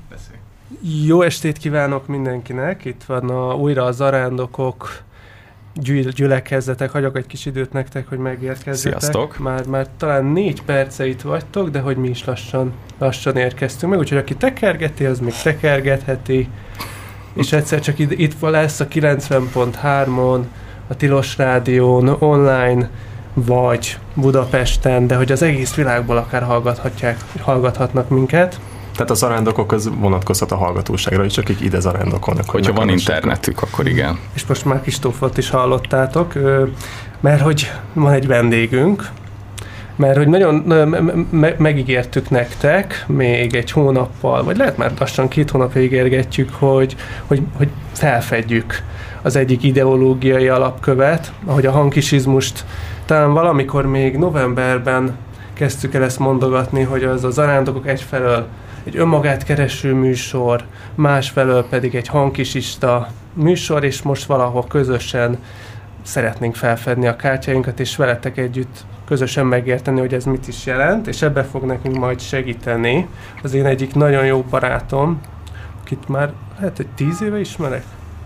beszélj. Jó estét kívánok mindenkinek! Itt van újra a Zarándokok gyülekezetek. Hagyok egy kis időt nektek, hogy megérkezzetek. Sziasztok! Már talán 4 perce itt vagytok, de hogy mi is lassan érkeztünk meg, úgyhogy aki tekergeti, az még tekergetheti. És egyszer csak itt lesz a 90.3-on, a Tilos Rádión, online, vagy Budapesten, de hogy az egész világból akár hallgathatnak minket. Tehát a zarándokok az vonatkozhat a hallgatóságra is, akik ide zarándokolnak. Hogyha van internetük, akkor igen. És most már Kristófot is hallottátok, mert hogy van egy vendégünk, mert hogy nagyon megígértük nektek még egy hónappal, vagy lehet már lassan 2 hónapja ígérgetjük, hogy felfedjük az egyik ideológiai alapkövet, ahogy a hankisizmust talán valamikor még novemberben kezdtük el ezt mondogatni, hogy az a zarándokok egyfelől egy önmagát kereső műsor, másfelől pedig egy hankisista műsor, és most valahol közösen szeretnénk felfedni a kártyáinkat, és veletek együtt közösen megérteni, hogy ez mit is jelent, és ebbe fog nekünk majd segíteni az én egyik nagyon jó barátom, akit már lehet, hogy 10 éve ismerek?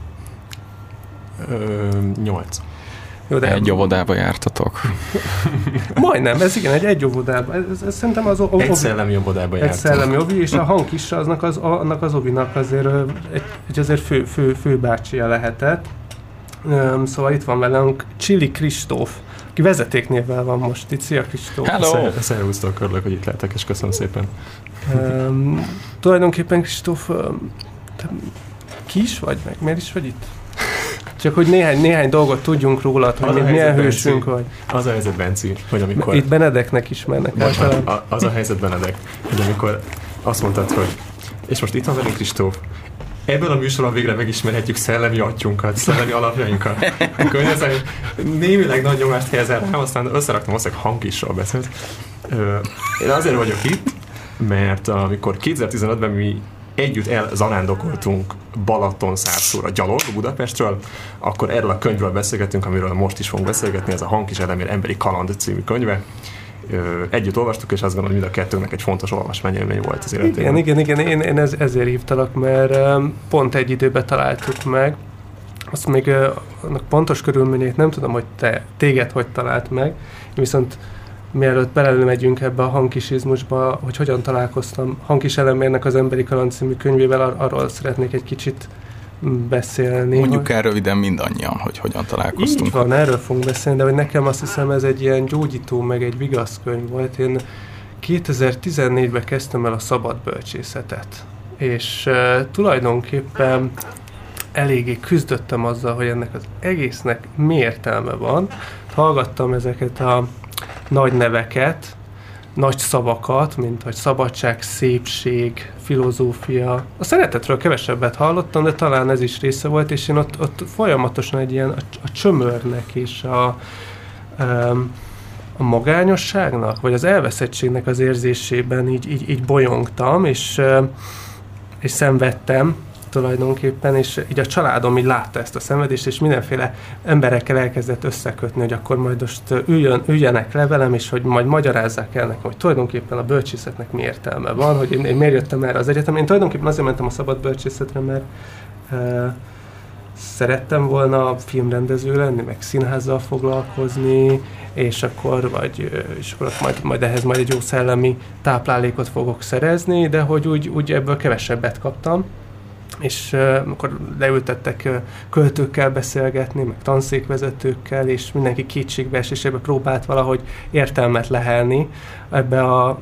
8. Jó, de egy óvodába jártatok. Majdnem, ez igen, egy óvodába. Ez szerintem az egy szellemi óvodába jártunk. Egy szellemi óvi, és a hangkis annak az óvinak azért fő bácsia lehetett. Szóval itt van velünk Csili Kristóf, aki vezetéknévvel van most itt. Szia, Kristóf! Hello! Szervusztok, örülök, hogy itt lehetek, és köszönöm szépen. Tulajdonképpen, Kristóf, ki is vagy meg? Miért is vagy itt? Csak hogy néhány dolgot tudjunk rólad, hogy milyen hősünk vagy. Az a helyzet, Benci, hogy amikor... Itt Benedeknek ismernek. Az a helyzet, Benedek, hogy amikor azt mondtad, hogy és most itt van velünk Kristóf, ebből a műsorban végre megismerhetjük szellemi atyunkat, szellemi alapjainkat. Akkor némileg nagy nyomást helyezel rám, aztán összeraktam azt, hogy hangkissal beszélt. Én azért vagyok itt, mert amikor 2015-ben mi együtt elzarándokoltunk Balatonszárszóra gyalog Budapestről, akkor erről a könyvről beszélgettünk, amiről most is fogunk beszélgetni, ez a Hankis Elemér Emberi Kaland című könyve. Együtt olvastuk, és azt gondolom, hogy mind a kettőnknek egy fontos olvasmányélmény volt az életében. Igen, én ezért hívtalak, mert pont egy időben találtuk meg. Azt még annak pontos körülményét nem tudom, hogy téged hogy talált meg, viszont mielőtt belemegyünk ebbe a hankisizmusba, hogy hogyan találkoztam Hankis Elemérnek az Emberi Kaland című könyvével, arról szeretnék egy kicsit beszélni. Mondjuk el röviden mindannyian, hogy hogyan találkoztunk. Így van, erről fogunk beszélni, de hogy nekem azt hiszem ez egy ilyen gyógyító, meg egy vigaszkönyv volt. Én 2014-ben kezdtem el a szabad bölcsészetet, és tulajdonképpen eléggé küzdöttem azzal, hogy ennek az egésznek mi értelme van. Hallgattam ezeket a nagy neveket, nagy szavakat, mint hogy szabadság, szépség, filozófia. A szeretetről kevesebbet hallottam, de talán ez is része volt, és én ott folyamatosan egy ilyen a csömörnek és a magányosságnak, vagy az elveszettségnek az érzésében így bolyongtam, és szenvedtem tulajdonképpen, és így a családom így látta ezt a szenvedést, és mindenféle emberekkel elkezdett összekötni, hogy akkor majd most üljenek le velem, és hogy majd magyarázzák el nekem, hogy tulajdonképpen a bölcsészetnek mi értelme van, hogy én miért jöttem erre az egyetem. Én tulajdonképpen azért mentem a szabad bölcsészetre, mert szerettem volna filmrendező lenni, meg színházzal foglalkozni, és akkor majd ehhez egy jó szellemi táplálékot fogok szerezni, de hogy úgy ebből kevesebbet kaptam. És akkor leültettek költőkkel beszélgetni, meg tanszékvezetőkkel, és mindenki kétségbeesésébe próbált valahogy értelmet lehelni ebbe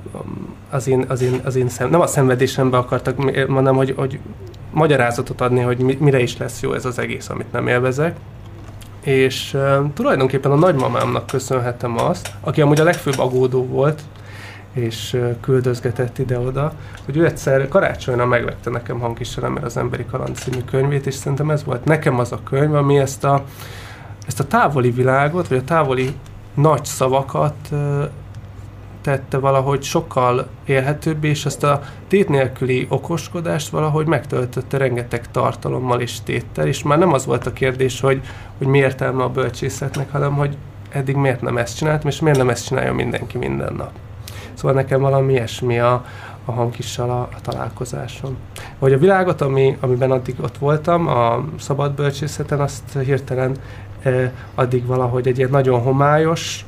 az én nem a szenvedésembe akartak, mondom, hogy magyarázatot adni, hogy mire is lesz jó ez az egész, amit nem élvezek. És tulajdonképpen a nagymamámnak köszönhetem azt, aki amúgy a legfőbb aggódó volt, és küldözgetett ide-oda, hogy ő egyszer karácsonyra megvette nekem Hankis Elemér az Emberi Kaland című könyvét, és szerintem ez volt nekem az a könyv, ami ezt a távoli világot, vagy a távoli nagy szavakat tette valahogy sokkal élhetőbbé, és azt a tét nélküli okoskodást valahogy megtöltötte rengeteg tartalommal és téttel, és már nem az volt a kérdés, hogy mi értelme a bölcsészetnek, hanem hogy eddig miért nem ezt csináltam, és miért nem ezt csinálja mindenki minden nap. Szóval nekem valami ilyesmi a Hankissal a találkozásom. hogy a világot, amiben addig ott voltam, a szabad bölcsészeten, azt hirtelen addig valahogy egy ilyen nagyon homályos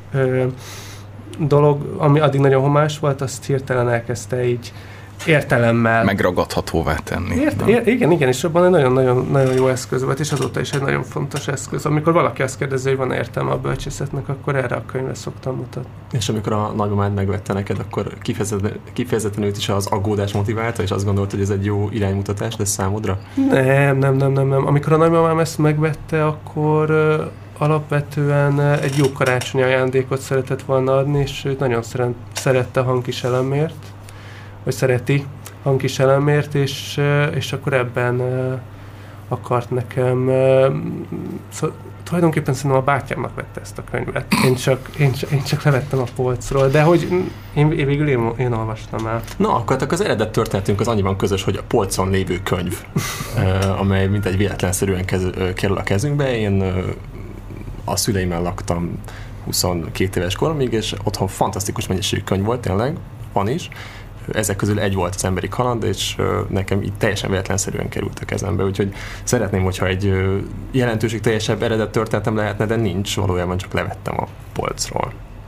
dolog, ami addig nagyon homályos volt, azt hirtelen elkezdte így értelemmel megragadhatóvá tenni. Igen, és abban egy nagyon jó eszköz volt, és azóta is egy nagyon fontos eszköz. Amikor valaki azt kérdezi, hogy van értelme a bölcsészetnek, akkor erre a könyvre szoktam mutatni. És amikor a nagymamád megvette neked, akkor kifejezetten őt is az aggódás motiválta, és azt gondolt, hogy ez egy jó iránymutatás lesz számodra? Nem. Amikor a nagymamám ezt megvette, akkor alapvetően egy jó karácsonyi ajándékot szeretett volna adni, és ő nagyon szerette a hangkiselemért, vagy szereti hangkiselemért, és akkor ebben akart nekem... Tulajdonképpen szerintem a bátyámnak vette ezt a könyvet. Én csak levettem a polcról, de hogy végül én olvastam el. Na, akkor az eredet történetünk az annyiban közös, hogy a polcon lévő könyv, amely mintegy véletlenszerűen kerül a kezünkbe. Én a szüleimmel laktam 22 éves koromig, és otthon fantasztikus mennyiségű könyv volt, tényleg, van is. Ezek közül egy volt az Emberi Kaland, és nekem így teljesen véletlenszerűen került a kezembe, úgyhogy szeretném, hogyha egy jelentőségteljesebb eredet történetem lehetne, de nincs, valójában csak levettem a polcról.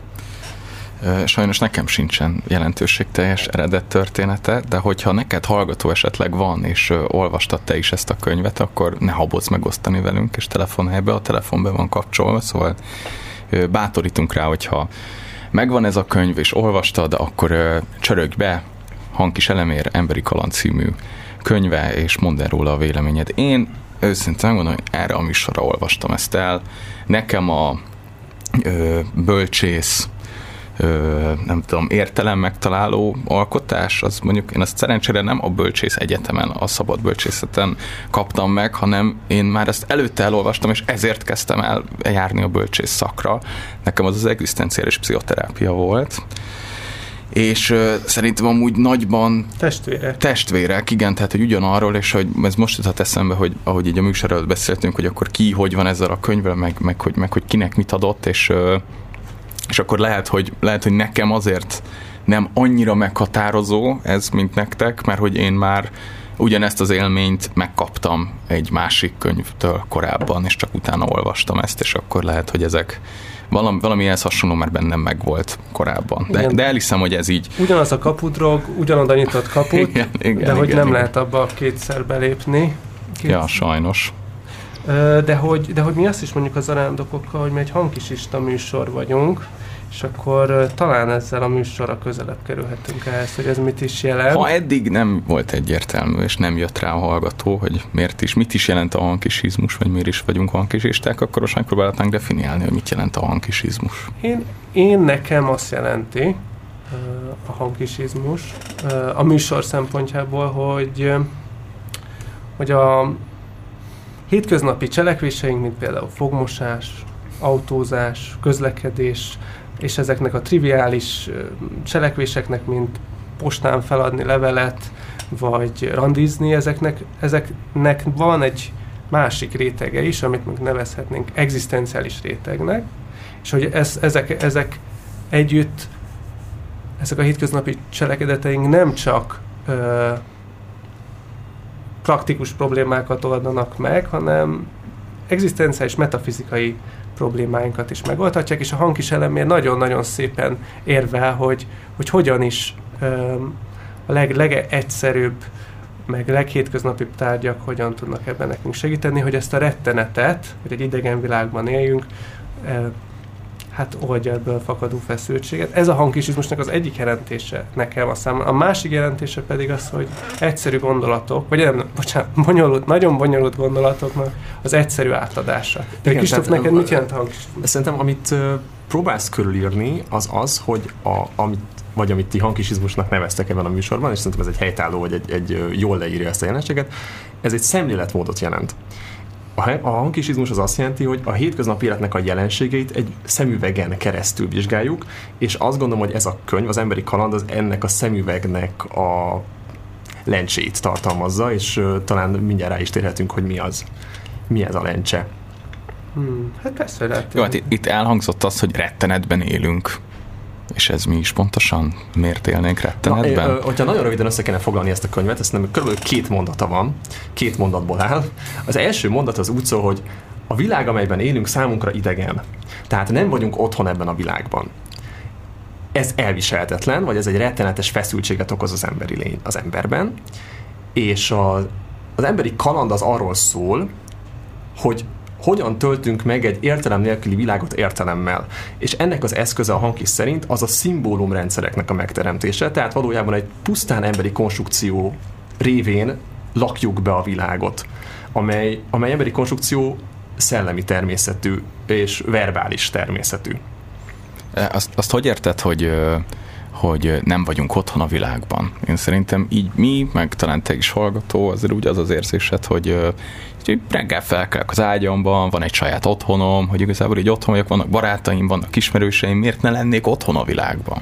Sajnos nekem sincsen jelentőségteljes eredet története, de hogyha neked hallgató esetleg van, és olvastad te is ezt a könyvet, akkor ne habozz megosztani velünk, és telefonálj be, a telefon be van kapcsolva, szóval bátorítunk rá, hogyha megvan ez a könyv, és olvastad, akkor csörögj be Hankis Elemér Emberi Kaland című könyve, és mondd el róla a véleményed. Én őszintén mondom, hogy erre a műsorra olvastam ezt el. Nekem a bölcsész, nem tudom, értelem megtaláló alkotás, az mondjuk én azt szerencsére nem a bölcsész egyetemen, a szabad bölcsészeten kaptam meg, hanem én már ezt előtte elolvastam, és ezért kezdtem el járni a bölcsész szakra. Nekem az egzisztenciális pszichoterápia volt. És szerintem amúgy nagyban testvérek, igen, tehát hogy ugyanarról, és hogy ez most jutott eszembe, hogy ahogy így a műsor előtt beszéltünk, hogy akkor ki, hogy van ezzel a könyvvel, meg hogy kinek mit adott, és akkor lehet, hogy nekem azért nem annyira meghatározó ez, mint nektek, mert hogy én már ugyanezt az élményt megkaptam egy másik könyvtől korábban, és csak utána olvastam ezt, és akkor lehet, hogy ezek valamihez hasonló már bennem megvolt korábban. De elhiszem, hogy ez így... Ugyanaz a kapudrog, ugyanoda nyitott kaput, de hogy nem lehet abba kétszer belépni. Ja, sajnos. De hogy mi azt is mondjuk az zarándokokkal, hogy mi egy hangkisista műsor vagyunk, és akkor talán ezzel a műsorra közelebb kerülhetünk ehhez, hogy ez mit is jelent. Ha eddig nem volt egyértelmű, és nem jött rá a hallgató, hogy mit is jelent a hangkisizmus, vagy miért is vagyunk hangkisisták, akkor most megpróbálhatnánk definiálni, hogy mit jelent a hangkisizmus. Én nekem azt jelenti a hangkisizmus a műsor szempontjából, hogy a hétköznapi cselekvéseink, mint például fogmosás, autózás, közlekedés, és ezeknek a triviális cselekvéseknek, mint postán feladni levelet, vagy randizni, ezeknek van egy másik rétege is, amit meg nevezhetnénk egzisztenciális rétegnek, és hogy ezek együtt, ezek a hétköznapi cselekedeteink nem csak praktikus problémákat oldanak meg, hanem egzisztenciális, metafizikai problémáinkat is megoldhatják, és a Hankis Elemér nagyon-nagyon szépen érvel, hogy hogyan is a legegyszerűbb, meg leghétköznapibb tárgyak hogyan tudnak ebben nekünk segíteni, hogy ezt a rettenetet, hogy egy idegen világban éljünk, oldja ebből fakadó feszültséget. Ez a hangkisizmusnak az egyik jelentése nekem a számomra. A másik jelentése pedig az, hogy egyszerű gondolatok, vagy nagyon bonyolult gondolatoknak az egyszerű átadása. De Kristóf, neked mit jelent a hangkisizmus? Szerintem, amit próbálsz körülírni, az, hogy amit ti hangkisizmusnak neveztek ebben a műsorban, és szerintem ez egy helytálló, vagy egy jól leírja ezt a jelenséget, ez egy szemléletmódot jelent. A hangkisizmus az azt jelenti, hogy a hétköznapi életnek a jelenségeit egy szemüvegen keresztül vizsgáljuk, és azt gondolom, hogy ez a könyv, az Emberi Kaland, az ennek a szemüvegnek a lencsét tartalmazza, és talán mindjárt rá is térhetünk, hogy mi az. Mi ez a lencse? Hát persze lehet. Jó, hát itt elhangzott az, hogy rettenetben élünk. És ez mi is pontosan? Miért élnénk rettenetben? Hogyha nagyon röviden össze kéne foglalni ezt a könyvet, ezt nem körülbelül 2 mondata van, 2 mondatból áll. Az első mondat az úgy szól, hogy a világ, amelyben élünk, számunkra idegen. Tehát nem vagyunk otthon ebben a világban. Ez elviselhetetlen, vagy ez egy rettenetes feszültséget okoz az emberben, és az emberi kaland az arról szól, hogy hogyan töltünk meg egy értelem nélküli világot értelemmel. És ennek az eszköze a Hankis szerint az a szimbólumrendszereknek a megteremtése, tehát valójában egy pusztán emberi konstrukció révén lakjuk be a világot, amely emberi konstrukció szellemi természetű és verbális természetű. Azt hogy érted, hogy nem vagyunk otthon a világban? Én szerintem így mi, meg talán te is hallgató, azért úgy az érzésed, hogy reggel felkelek az ágyamban, van egy saját otthonom, hogy igazából így otthon vagyok, vannak barátaim, vannak ismerőseim, miért ne lennék otthon a világban?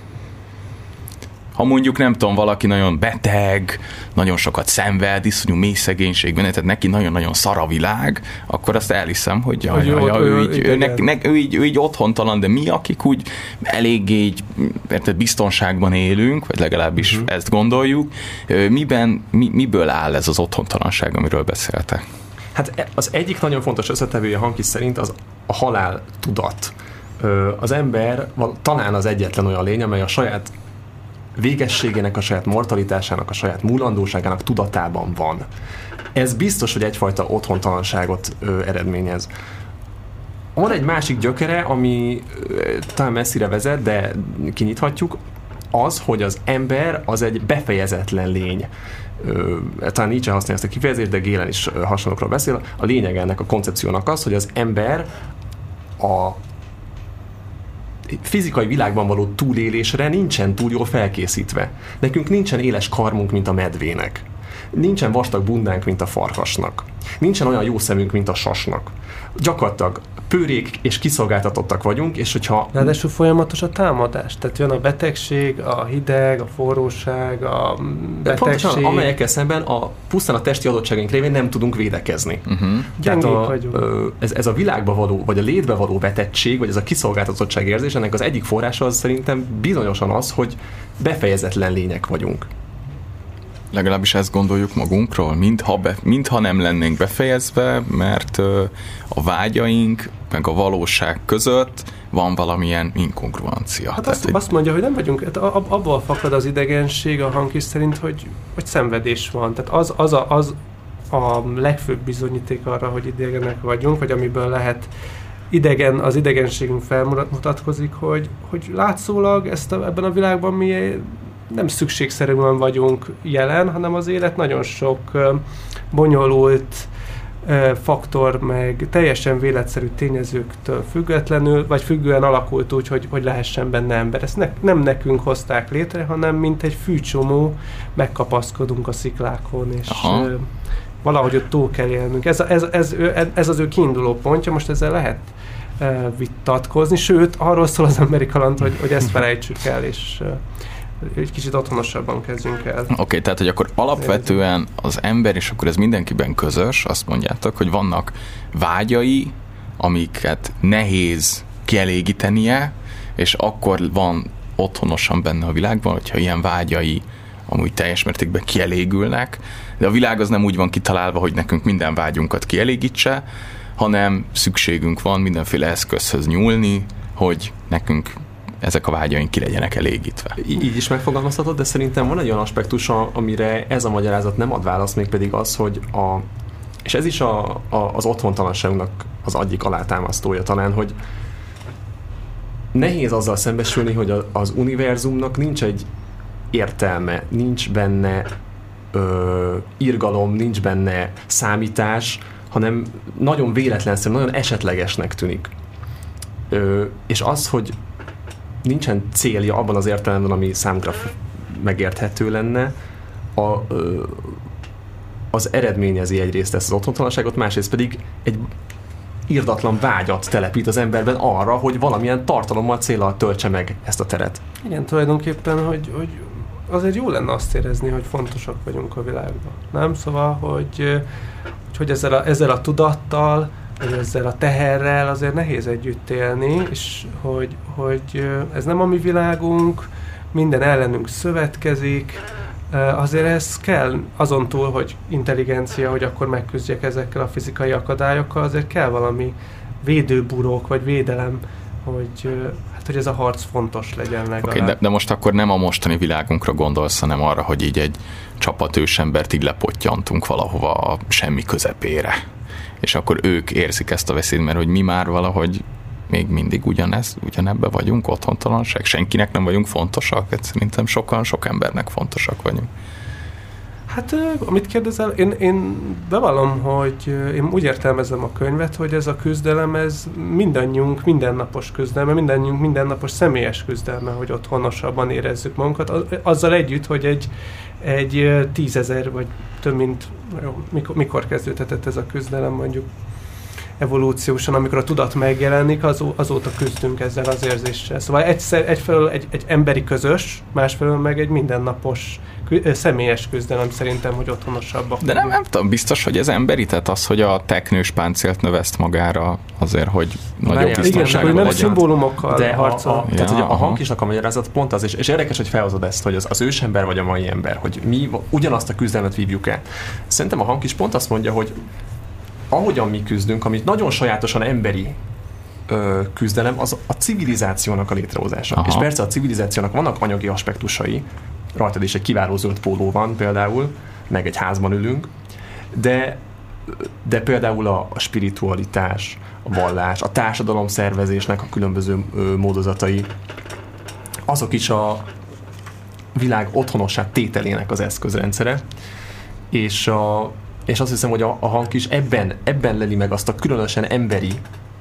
Ha mondjuk nem tudom, valaki nagyon beteg, nagyon sokat szenved, iszonyú mély szegénységben, tehát neki nagyon-nagyon szar a világ, akkor azt elhiszem, hogy ő így otthontalan, de mi, akik úgy eléggé biztonságban élünk, vagy legalábbis ezt gondoljuk, miből áll ez az otthontalanság, amiről beszéltek? Hát az egyik nagyon fontos összetevője Hankis szerint az a halál tudat. Az ember talán az egyetlen olyan lény, amely a saját végességének, a saját mortalitásának, a saját múlandóságának tudatában van. Ez biztos, hogy egyfajta otthontalanságot eredményez. Van egy másik gyökere, ami talán messzire vezet, de kinyithatjuk, az, hogy az ember az egy befejezetlen lény. Talán Nietzsche használja ezt a kifejezést, de Galen is hasonlókról beszél. A lényeg ennek a koncepciónak az, hogy az ember a fizikai világban való túlélésre nincsen túl jól felkészítve. Nekünk nincsen éles karmunk, mint a medvének. Nincsen vastag bundánk, mint a farkasnak. Nincsen olyan jó szemünk, mint a sasnak. Gyakorlatilag pőrék és kiszolgáltatottak vagyunk, és hogyha... Ráadásul folyamatos a támadás. Tehát jön a betegség, a hideg, a forróság, a betegség. Pontosan, amelyekkel szemben pusztán a testi adottságaink révén nem tudunk védekezni. Tehát ez a világba való, vagy a létbe való betegtség, vagy ez a kiszolgáltatottság érzés, ennek az egyik forrása az szerintem bizonyosan az, hogy befejezetlen lények vagyunk. Legalábbis ezt gondoljuk magunkról, mintha nem lennénk befejezve, mert a vágyaink meg a valóság között van valamilyen inkongruencia. Hát azt mondja, hogy nem vagyunk, abból fakad az idegenség a Hankis szerint, hogy szenvedés van. Tehát az a legfőbb bizonyíték arra, hogy idegenek vagyunk, vagy amiből lehet az idegenségünk felmutatkozik, hogy látszólag ebben a világban mi nem szükségszerűen vagyunk jelen, hanem az élet nagyon sok bonyolult faktor, meg teljesen véletszerű tényezőktől függetlenül, vagy függően alakult úgy, hogy lehessen benne ember. Ezt nem nekünk hozták létre, hanem mint egy fűcsomó megkapaszkodunk a sziklákon, és valahogy ott túl kell élnünk. Ez az ő kiinduló pontja, most ezzel lehet vitatkozni, sőt, arról szól az emberi kaland, hogy ezt felejtsük el, és egy kicsit otthonosabban kezdjünk el. Oké, tehát, hogy akkor alapvetően az ember, és akkor ez mindenkiben közös, azt mondjátok, hogy vannak vágyai, amiket nehéz kielégítenie, és akkor van otthonosan benne a világban, hogyha ilyen vágyai amúgy teljes mértékben kielégülnek, de a világ az nem úgy van kitalálva, hogy nekünk minden vágyunkat kielégítse, hanem szükségünk van mindenféle eszközhöz nyúlni, hogy nekünk ezek a vágyaink ki legyenek elégítve. Így is megfogalmazhatod, de szerintem van egy olyan aspektus, amire ez a magyarázat nem ad választ, mégpedig az, hogy és ez is az otthontalanságunknak az egyik alátámasztója talán, hogy nehéz azzal szembesülni, hogy az univerzumnak nincs egy értelme, nincs benne irgalom, nincs benne számítás, hanem nagyon véletlenszerű, nagyon esetlegesnek tűnik. És az, hogy nincsen célja abban az értelemben, ami számunkra megérthető lenne, az eredményezi egyrészt ezt az otthontalanságot, másrészt pedig egy irdatlan vágyat telepít az emberben arra, hogy valamilyen tartalommal, céllal töltse meg ezt a teret. Igen, tulajdonképpen, hogy azért jó lenne azt érezni, hogy fontosak vagyunk a világban. Nem? Szóval, hogy ezzel a tudattal ezzel a teherrel azért nehéz együtt élni, és hogy ez nem a mi világunk, minden ellenünk szövetkezik, azért ez kell, azon túl, hogy intelligencia, hogy akkor megküzdjek ezekkel a fizikai akadályokkal, azért kell valami védőburók, vagy védelem, hogy ez a harc fontos legyen legalább. Okay, de most akkor nem a mostani világunkra gondolsz, hanem arra, hogy így egy csapat ősembert így lepottyantunk valahova a semmi közepére. És akkor ők érzik ezt a veszélyt, mert hogy mi már valahogy még mindig ugyanebben vagyunk, otthontalanság, senkinek nem vagyunk fontosak, szerintem sok embernek fontosak vagyunk. Hát, amit kérdezel, én bevallom, hogy én úgy értelmezem a könyvet, hogy ez a küzdelem, ez mindannyiunk mindennapos küzdelme, mindannyiunk mindennapos személyes küzdelme, hogy ott honosabban érezzük magunkat, azzal együtt, hogy egy 10 000, vagy több mint, mikor kezdődhetett ez a küzdelem, mondjuk evolúciósan, amikor a tudat megjelenik, azóta küzdünk ezzel az érzéssel. Szóval egyfelől egy emberi közös, másfelől meg egy mindennapos személyes küzdelem szerintem, hogy otthonosabbak. De nem tudom, biztos, hogy ez emberi, tehát az, hogy a teknős páncélt növeszt magára azért, hogy nagyobb biztonságban legyen. Nem szimbólumokkal harcol. Tehát, hogy a Hankisnak a magyarázat pont az, és érdekes, hogy felhozod ezt, hogy az ősember vagy a mai ember, hogy mi ugyanazt a küzdelmet vívjuk el. Szerintem a Hankis pont azt mondja, hogy ahogyan mi küzdünk, amit nagyon sajátosan emberi küzdelem, az a civilizációnak a létrehozása. Aha. És persze a civilizációnak vannak anyagi aspektusai, rajtad is egy kiváló zöld póló van például, meg egy házban ülünk, de például a spiritualitás, a vallás, a társadalomszervezésnek a különböző módozatai, azok is a világ otthonossá tételének az eszközrendszere, és azt hiszem, hogy a Hankis ebben leli meg azt a különösen emberi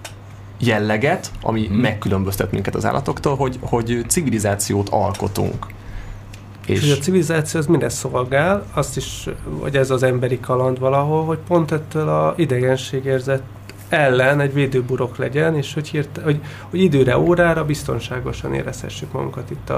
jelleget, ami megkülönböztet minket az állatoktól, hogy civilizációt alkotunk. És hogy a civilizáció az mire szolgál, azt is, hogy ez az emberi kaland valahol, hogy pont ettől a idegenségérzet ellen egy védőburok legyen, és hogy időre, órára biztonságosan érezhessük magunkat itt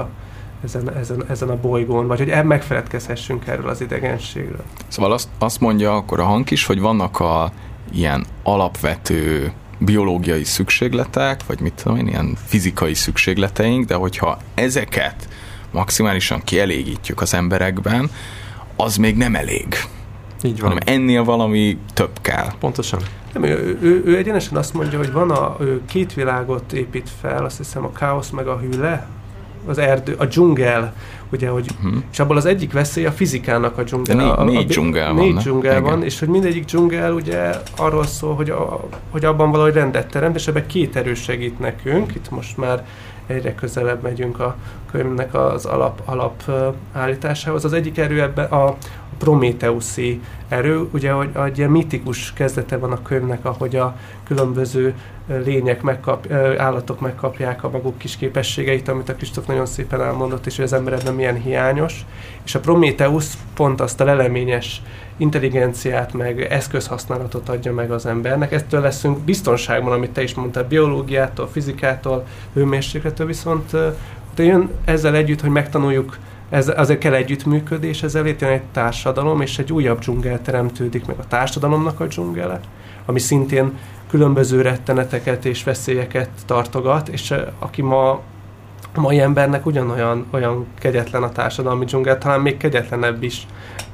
ezen a bolygón, vagy hogy megfeledkezhessünk erről az idegenségről. Szóval azt mondja akkor a Hankis, hogy vannak ilyen alapvető biológiai szükségletek, vagy mit tudom én, ilyen fizikai szükségleteink, de hogyha ezeket maximálisan kielégítjük az emberekben, az még nem elég. Így van. Hanem ennél valami több kell. Pontosan. Nem, ő egyenesen azt mondja, hogy ő két világot épít fel, azt hiszem a káosz meg a hűle, az erdő, a dzsungel, ugye, hogy, és abból az egyik veszély a fizikának a dzsungel. Négy dzsungel van. Négy dzsungel van, és hogy mindegyik dzsungel ugye arról szól, hogy abban valahogy rendet teremt, és ebben két erő segít nekünk. Itt most már egyre közelebb megyünk a könyvnek az alap állításához. Az egyik erő ebben a prométeuszi erő, ugye, hogy egy ilyen mitikus kezdete van a könyvnek, ahogy a különböző lények, állatok megkapják a maguk kis képességeit, amit a Kristóf nagyon szépen elmondott, és hogy az emberedben milyen hiányos. És a Prométeusz pont azt a leleményes intelligenciát, meg eszközhasználatot adja meg az embernek. Ettől leszünk biztonságban, amit te is mondtál, biológiától, fizikától, hőmérséklettől, viszont jön ezzel együtt, hogy megtanuljuk, azért kell együttműködés, ezzel létrejön egy társadalom, és egy újabb dzsungel teremtődik meg, a társadalomnak a dzsungele, ami szintén különböző retteneteket és veszélyeket tartogat, és aki a mai embernek olyan kegyetlen a társadalmi dzsungel, talán még kegyetlenebb is,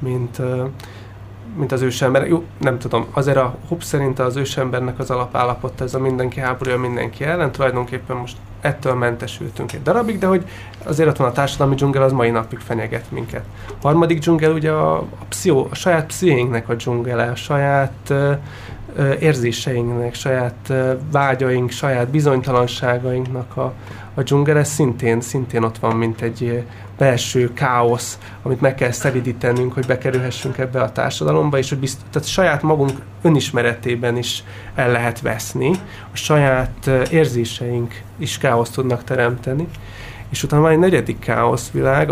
mint az ősember. Jó, nem tudom, azért a Hobbes szerint az ősembernek az alapállapota, ez a mindenki háborúja mindenki ellen, tulajdonképpen most ettől mentesültünk egy darabig, de hogy azért ott van a társadalmi dzsungel, az mai napig fenyeget minket. A harmadik dzsungel ugye a saját pszichénknek a dzsungele, a saját érzéseinknek, saját vágyaink, saját bizonytalanságainknak a dzsungel, szintén ott van, mint egy belső káosz, amit meg kell szelídítenünk, hogy bekerülhessünk ebbe a társadalomba, és hogy tehát saját magunk önismeretében is el lehet veszni, a saját érzéseink is káoszt tudnak teremteni, és utána van egy negyedik káoszvilág,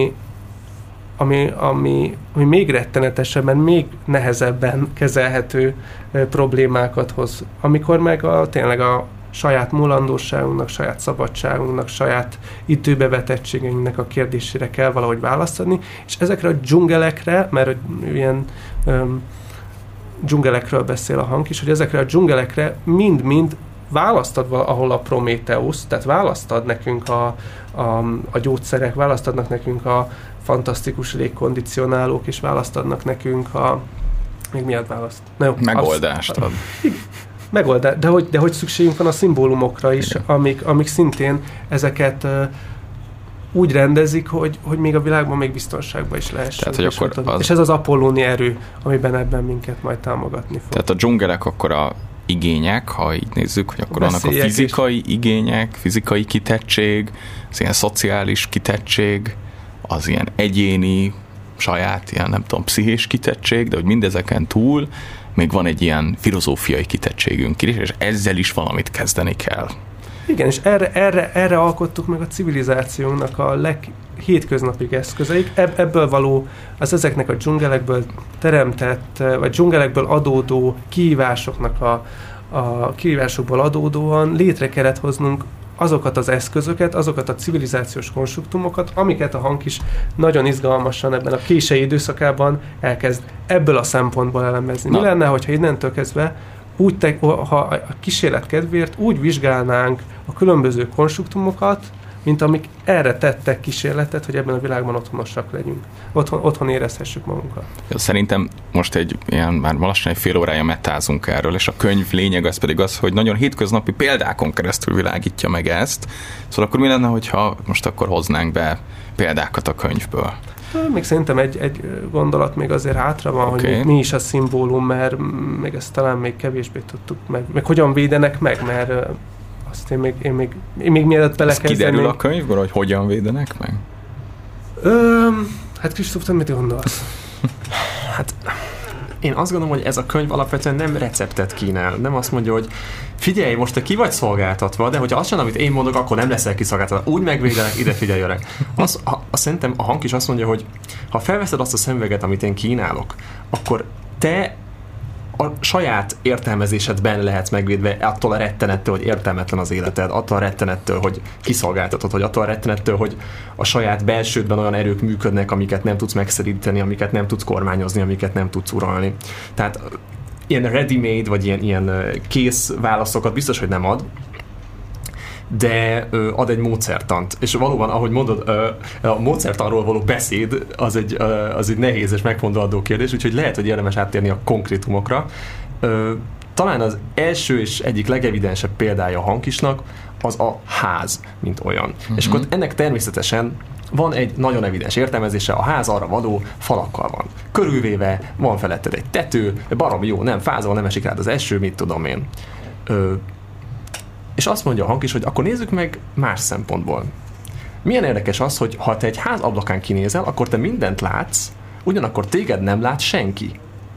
ami még rettenetesebben, még nehezebben kezelhető problémákat hoz. Amikor meg tényleg a saját mulandóságunknak, saját szabadságunknak, saját időbevetettségeinknek a kérdésére kell valahogy választani, és ezekre a dzsungelekre, mert ilyen dzsungelekről beszél a hang is, hogy ezekre a dzsungelekre mind-mind választad, ahol a Prométheusz, tehát választad nekünk a gyógyszerek, választadnak nekünk a fantasztikus légkondicionálók, és választadnak nekünk még miatt választ? Na jó, megoldást ad. Megoldás, de hogy szükségünk van a szimbólumokra is, amik szintén ezeket úgy rendezik, hogy még a világban még biztonságban is lehessen. Tehát, hogy akkor és ez az apollóni erő, amiben ebben minket majd támogatni fog. Tehát a dzsungelek akkor a igények, ha így nézzük, hogy akkor vannak a fizikai igények, fizikai kitettség, az ilyen szociális kitettség, az ilyen egyéni, saját, ilyen nem tudom, pszichés kitettség, de hogy mindezeken túl még van egy ilyen filozófiai kitettségünk is, és ezzel is valamit kezdeni kell. Igen, és erre alkottuk meg a civilizációnknak a leghétköznapi eszközeik. Ebből való, az ezeknek a dzsungelekből teremtett, vagy dzsungelekből adódó kihívásoknak a kihívásokból adódóan létre kellett hoznunk azokat az eszközöket, azokat a civilizációs konstruktumokat, amiket a hang is nagyon izgalmasan ebben a késői időszakában elkezd ebből a szempontból elemezni. Mi lenne, hogyha innentől kezdve ha a kísérlet kedvéért úgy vizsgálnánk a különböző konstruktumokat, mint amik erre tettek kísérletet, hogy ebben a világban otthonosak legyünk. Otthon érezhessük magunkat. Szerintem most már lassan egy fél órája metázunk erről, és a könyv lényeg az pedig az, hogy nagyon hétköznapi példákon keresztül világítja meg ezt. Szóval akkor mi lenne, hogyha most akkor hoznánk be példákat a könyvből? Még szerintem egy gondolat még azért hátra van, okay. Hogy mi is a szimbólum, mert még ezt talán még kevésbé tudtuk meg hogyan védenek meg, mert azt én még mielőtt belekezdenék. Ez kiderül a könyvből, hogy hogyan védenek meg? Hát Kristóf, te mit gondolsz? Hát én azt gondolom, hogy ez a könyv alapvetően nem receptet kínál. Nem azt mondja, hogy figyelj, most te ki vagy szolgáltatva, de hogyha azt sem, amit én mondok, akkor nem leszel kiszolgáltatva. Úgy megvédelek, ide figyelj öreg. Szerintem a hang is azt mondja, hogy ha felveszed azt a szemüveget, amit én kínálok, akkor te a saját értelmezésedben lehetsz megvédve attól a rettenettől, hogy értelmetlen az életed, attól a rettenettől, hogy kiszolgáltatod, hogy attól a rettenettől, hogy a saját belsődben olyan erők működnek, amiket nem tudsz megszeríteni, amiket nem tudsz kormányozni, amiket nem tudsz uralni. Tehát ilyen ready-made, vagy ilyen kész válaszokat biztos, hogy nem ad, de ad egy módszertant. És valóban, ahogy mondod, a módszertanról való beszéd az egy nehéz és megfontolandó kérdés, úgyhogy lehet, hogy érdemes áttérni a konkrétumokra. Talán az első és egyik legevidensebb példája a Hankisnak az a ház, mint olyan. Mm-hmm. És akkor ennek természetesen van egy nagyon evidens értelmezése, a ház arra való falakkal van. Körülvéve, van feletted egy tető, baromi jó, nem fázol, nem esik rád az eső, mit tudom én. És azt mondja a hang is, hogy akkor nézzük meg más szempontból. Milyen érdekes az, hogy ha te egy ház ablakán kinézel, akkor te mindent látsz, ugyanakkor téged nem lát senki.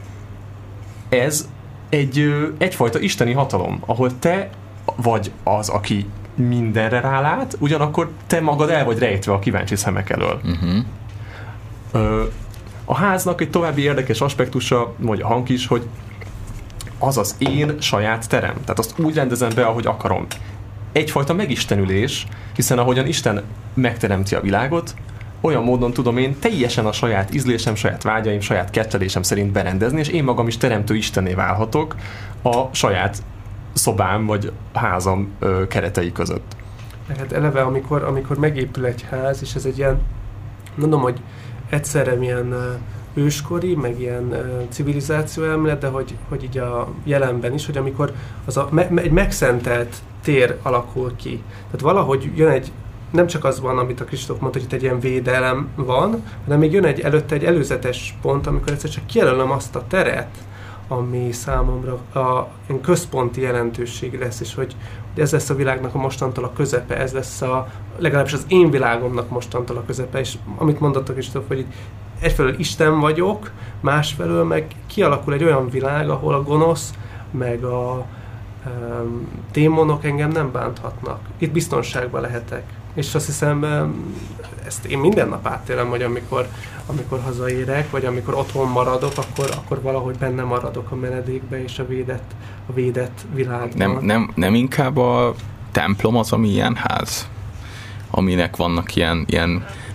Ez egyfajta isteni hatalom, ahol te vagy az, aki mindenre rálát, ugyanakkor te magad el vagy rejtve a kíváncsi szemek elől. Uh-huh. A háznak egy további érdekes aspektusa, mondja a hang is, hogy az az én saját terem. Tehát azt úgy rendezem be, ahogy akarom. Egyfajta megistenülés, hiszen ahogyan Isten megteremti a világot, olyan módon tudom én teljesen a saját ízlésem, saját vágyaim, saját kettelésem szerint berendezni, és én magam is teremtő istenné válhatok a saját szobám vagy házam keretei között. Hát eleve, amikor megépül egy ház, és ez egy ilyen, mondom, hogy egyszerre milyen őskori, meg ilyen civilizáció elmélet, de hogy így a jelenben is, hogy amikor egy megszentelt tér alakul ki. Tehát valahogy jön nem csak az van, amit a Kristóf mondta, hogy itt egy ilyen védelem van, hanem még jön előtte egy előzetes pont, amikor egyszer csak kijelölöm azt a teret, ami számomra központi jelentőség lesz, és hogy ez lesz a világnak a mostantól a közepe, ez lesz legalábbis az én világomnak mostantól a közepe, és amit mondott a Kristóf, hogy egyfelől Isten vagyok, másfelől meg kialakul egy olyan világ, ahol a gonosz, meg a démonok engem nem bánthatnak. Itt biztonságban lehetek. És azt hiszem, ezt én minden nap átélem, hogy amikor hazaérek, vagy amikor otthon maradok, akkor valahogy benne maradok a menedékbe és a védett világban. Nem inkább a templom az, ami ilyen ház? Aminek vannak ilyen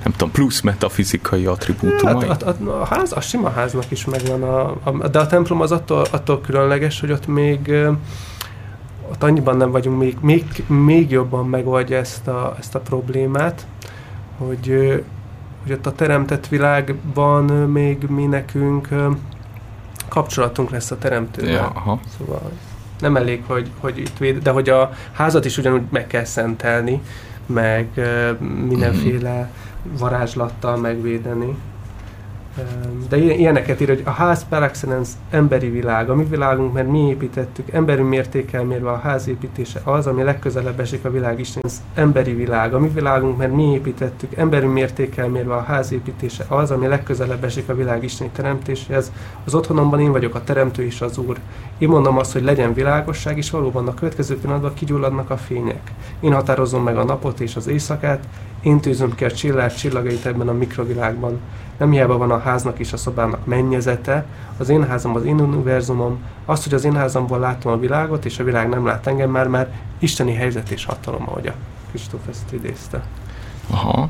nem tudom, plusz metafizikai attribútumai? A ház, a sima háznak is megvan, de a templom az attól különleges, hogy ott még ott annyiban nem vagyunk, még jobban megoldja ezt a problémát, hogy ott a teremtett világban még mi nekünk kapcsolatunk lesz a teremtővel. Ja, szóval nem elég, hogy itt de hogy a házat is ugyanúgy meg kell szentelni, meg mindenféle varázslattal megvédeni. De ilyeneket ír, hogy a ház per excellence emberi világ, a mi világunk, mert mi építettük, emberi mértékkel mérve a ház építése az, ami legközelebb esik a világ Istenhez. Emberi világ, a mi világunk, mert mi építettük, emberi mértékkel mérve a ház építése az, ami legközelebb esik a világ isteni teremtéséhez. Az otthonomban én vagyok a teremtő és az Úr. Én mondom azt, hogy legyen világosság, és valóban a következő pillanatban kigyulladnak a fények. Én határozom meg a napot és az éjszakát, én tűzöm ki a csillagait ebben a mikrovilágban. Nem hiába van a háznak és a szobának mennyezete, az én házam az én univerzumom, az, hogy az én házamból látom a világot, és a világ nem lát engem már isteni helyzet és hatalom, ahogy a Kristóf ezt idézte. Aha.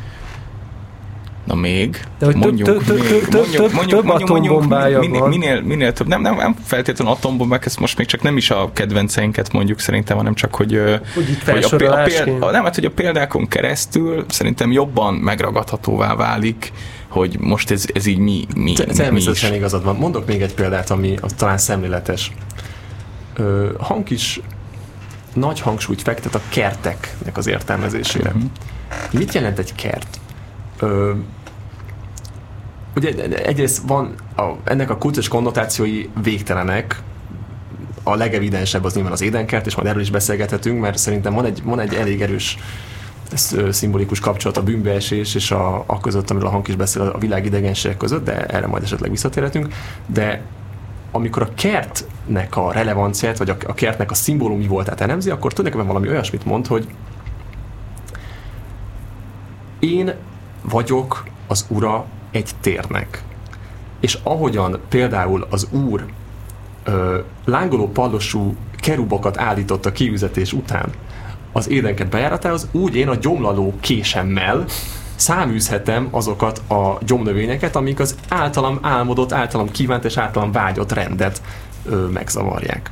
Na még, de hogy több atombombája van. Minél több, nem feltétlenül atombombák, ezt most még csak nem is a kedvenceinket mondjuk szerintem, hanem csak, hogy a példákon keresztül szerintem jobban megragadhatóvá válik, hogy most ez így mi természetesen igazad van. Mondok még egy példát, ami talán szemléletes. Hank is nagy hangsúlyt fektet a kerteknek az értelmezésére. Uh-huh. Mit jelent egy kert? Ugye egyrészt van ennek a kulcsos konnotációi végtelenek, a legevidensebb az nyilván az édenkert, és majd erről is beszélgethetünk, mert szerintem van egy elég erős szimbolikus kapcsolat a bűnbeesés és a között, amiről a Hank is beszél, a világ idegenségek között, de erre majd esetleg visszatérhetünk. De amikor a kertnek a relevanciát, vagy a kertnek a szimbólumi voltát elemzi, akkor tulajdonképpen valami olyasmit mond, hogy én vagyok az ura egy térnek. És ahogyan például az Úr lángoló pallosú kerubokat állított a kiüzetés után az édenkert bejáratához, úgy én a gyomlaló késemmel száműzhetem azokat a gyomnövényeket, amik az általam álmodott, általam kívánt és általam vágyott rendet megzavarják.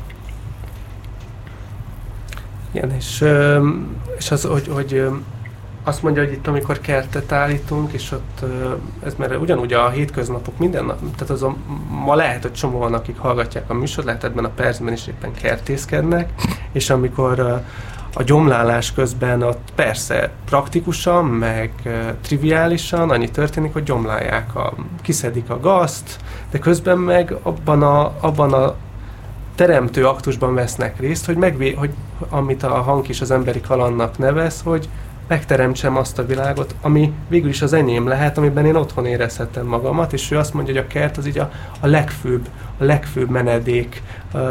Igen, és az, hogy azt mondja, hogy itt amikor kertet állítunk, és ott ez mert ugyanúgy a hétköznapok minden nap, tehát ma lehet, hogy csomó van, akik hallgatják a műsort, lehet ebben a percben is éppen kertészkednek, és amikor a gyomlálás közben ott persze praktikusan, meg triviálisan annyi történik, hogy gyomlálják, kiszedik a gazt, de közben meg abban a teremtő aktusban vesznek részt, hogy amit a Hank is az emberi kalandnak nevez, hogy megteremtsem azt a világot, ami végül is az enyém lehet, amiben én otthon érezhetem magamat, és ő azt mondja, hogy a kert az így a legfőbb menedék,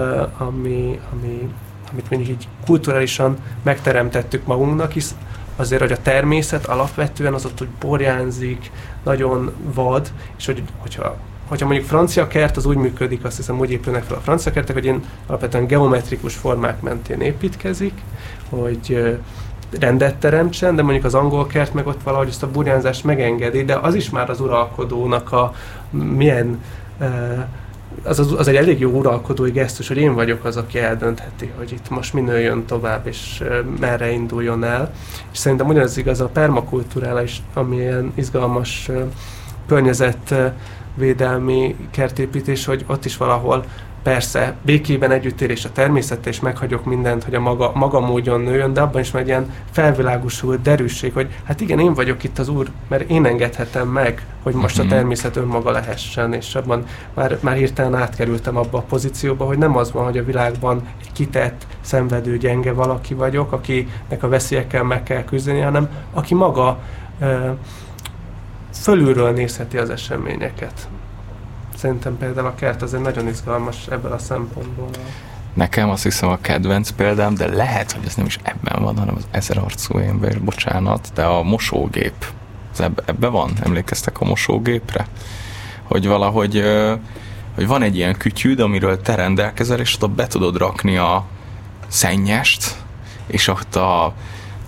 amit mondjuk így kulturálisan megteremtettük magunknak, hisz azért, hogy a természet alapvetően az ott úgy borjánzik, nagyon vad, és hogyha mondjuk francia kert, az úgy működik, azt hiszem, úgy épülnek fel a francia kertek, hogy én alapvetően geometrikus formák mentén építkezik, hogy rendet teremtsen, de mondjuk az angol kert meg ott valahogy ezt a burjánzást megengedi, de az is már az uralkodónak milyen az egy elég jó uralkodói gesztus, hogy én vagyok az, aki eldöntheti, hogy itt most mi nőjön tovább, és merre induljon el. És szerintem ugyanaz igaz a permakultúrára is, amilyen izgalmas környezetvédelmi kertépítés, hogy ott is valahol persze békében együttélés a természettel, és meghagyok mindent, hogy a maga módon nőjön, de abban is már egy ilyen felvilágosult derűsség, hogy hát igen, én vagyok itt az Úr, mert én engedhetem meg, hogy most a természet önmaga lehessen, és abban már hirtelen átkerültem abba a pozícióba, hogy nem az van, hogy a világban egy kitett, szenvedő, gyenge valaki vagyok, akinek a veszélyekkel meg kell küzdeni, hanem aki maga fölülről nézheti az eseményeket. Szerintem például a kert azért nagyon izgalmas ebből a szempontból. Nekem azt hiszem a kedvenc példám, de lehet, hogy ez nem is ebben van, hanem az 1000 arcú ember, bocsánat, de a mosógép. Ebben van? Emlékeztek a mosógépre? Hogy valahogy hogy van egy ilyen kütyűd, amiről te rendelkezel, és oda be tudod rakni a szennyest, és ott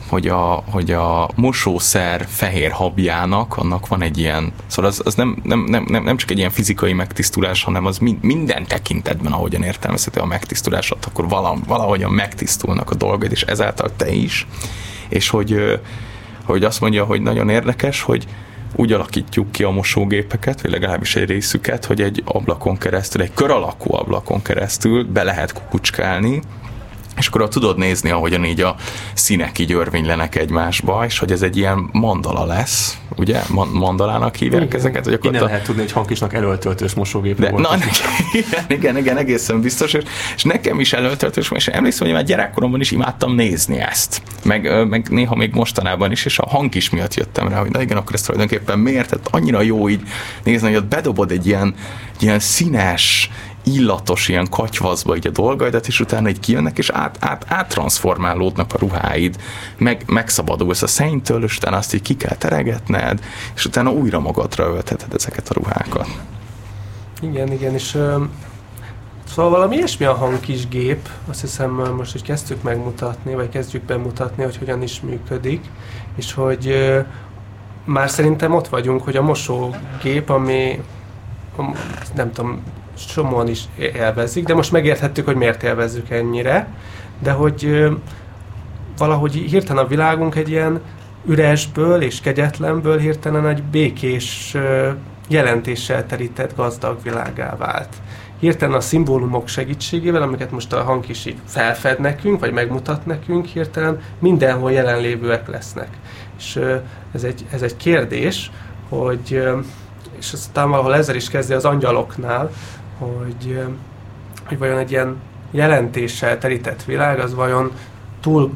hogy a mosószer fehér habjának, annak van egy ilyen, szóval az nem csak egy ilyen fizikai megtisztulás, hanem az minden tekintetben, ahogyan értelmezhető a megtisztulásot, akkor valahogyan megtisztulnak a dolgod, és ezáltal te is. És hogy azt mondja, hogy nagyon érdekes, hogy úgy alakítjuk ki a mosógépeket, vagy legalábbis egy részüket, hogy egy ablakon keresztül, egy kör alakú ablakon keresztül be lehet kukucskálni, és akkor tudod nézni, ahogyan így a színek így örvénylenek egymásba, és hogy ez egy ilyen mandala lesz, ugye? Mandalának hívják ezeket. Hogy akkor lehet tudni, hogy Hankisnak elöltöltős mosógép volt. Igen, egészen biztos, és nekem is elöltöltős, és emlékszem, hogy már gyerekkoromban is imádtam nézni ezt. Meg néha még mostanában is, és a Hankis miatt jöttem rá, hogy na igen, akkor ez tulajdonképpen miért? Tehát annyira jó így nézni, hogy ott bedobod egy ilyen színes, illatos ilyen katyvaszba így a dolgaidat, és utána így kijönnek, és áttransformálódnak a ruháid, megszabadulsz a szennytől, és utána azt így ki kell teregetned, és utána újra magadra öltheted ezeket a ruhákat. Igen, és szóval valami ilyesmi a Hankis gép, azt hiszem most, hogy kezdjük bemutatni, hogy hogyan is működik, és hogy már szerintem ott vagyunk, hogy a mosógép, ami nem tudom, somóan is élvezik, de most megérthettük, hogy miért élvezzük ennyire, de hogy valahogy hirtelen a világunk egy ilyen üresből és kegyetlenből hirtelen egy békés jelentéssel terített gazdag világgá vált. Hirtelen a szimbólumok segítségével, amiket most a Hankis így felfed nekünk, vagy megmutat nekünk, hirtelen mindenhol jelenlévőek lesznek. És ez egy kérdés, hogy és aztán valahol ezzel is kezdi az angyaloknál, hogy vajon egy ilyen jelentéssel terített világ, az vajon túl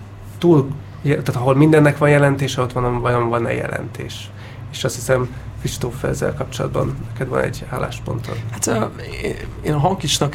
tehát ahol mindennek van jelentése, ott vajon van-e jelentés. És azt hiszem, Kristóf, ezzel kapcsolatban neked van egy álláspontod. Hát én a Hankisnak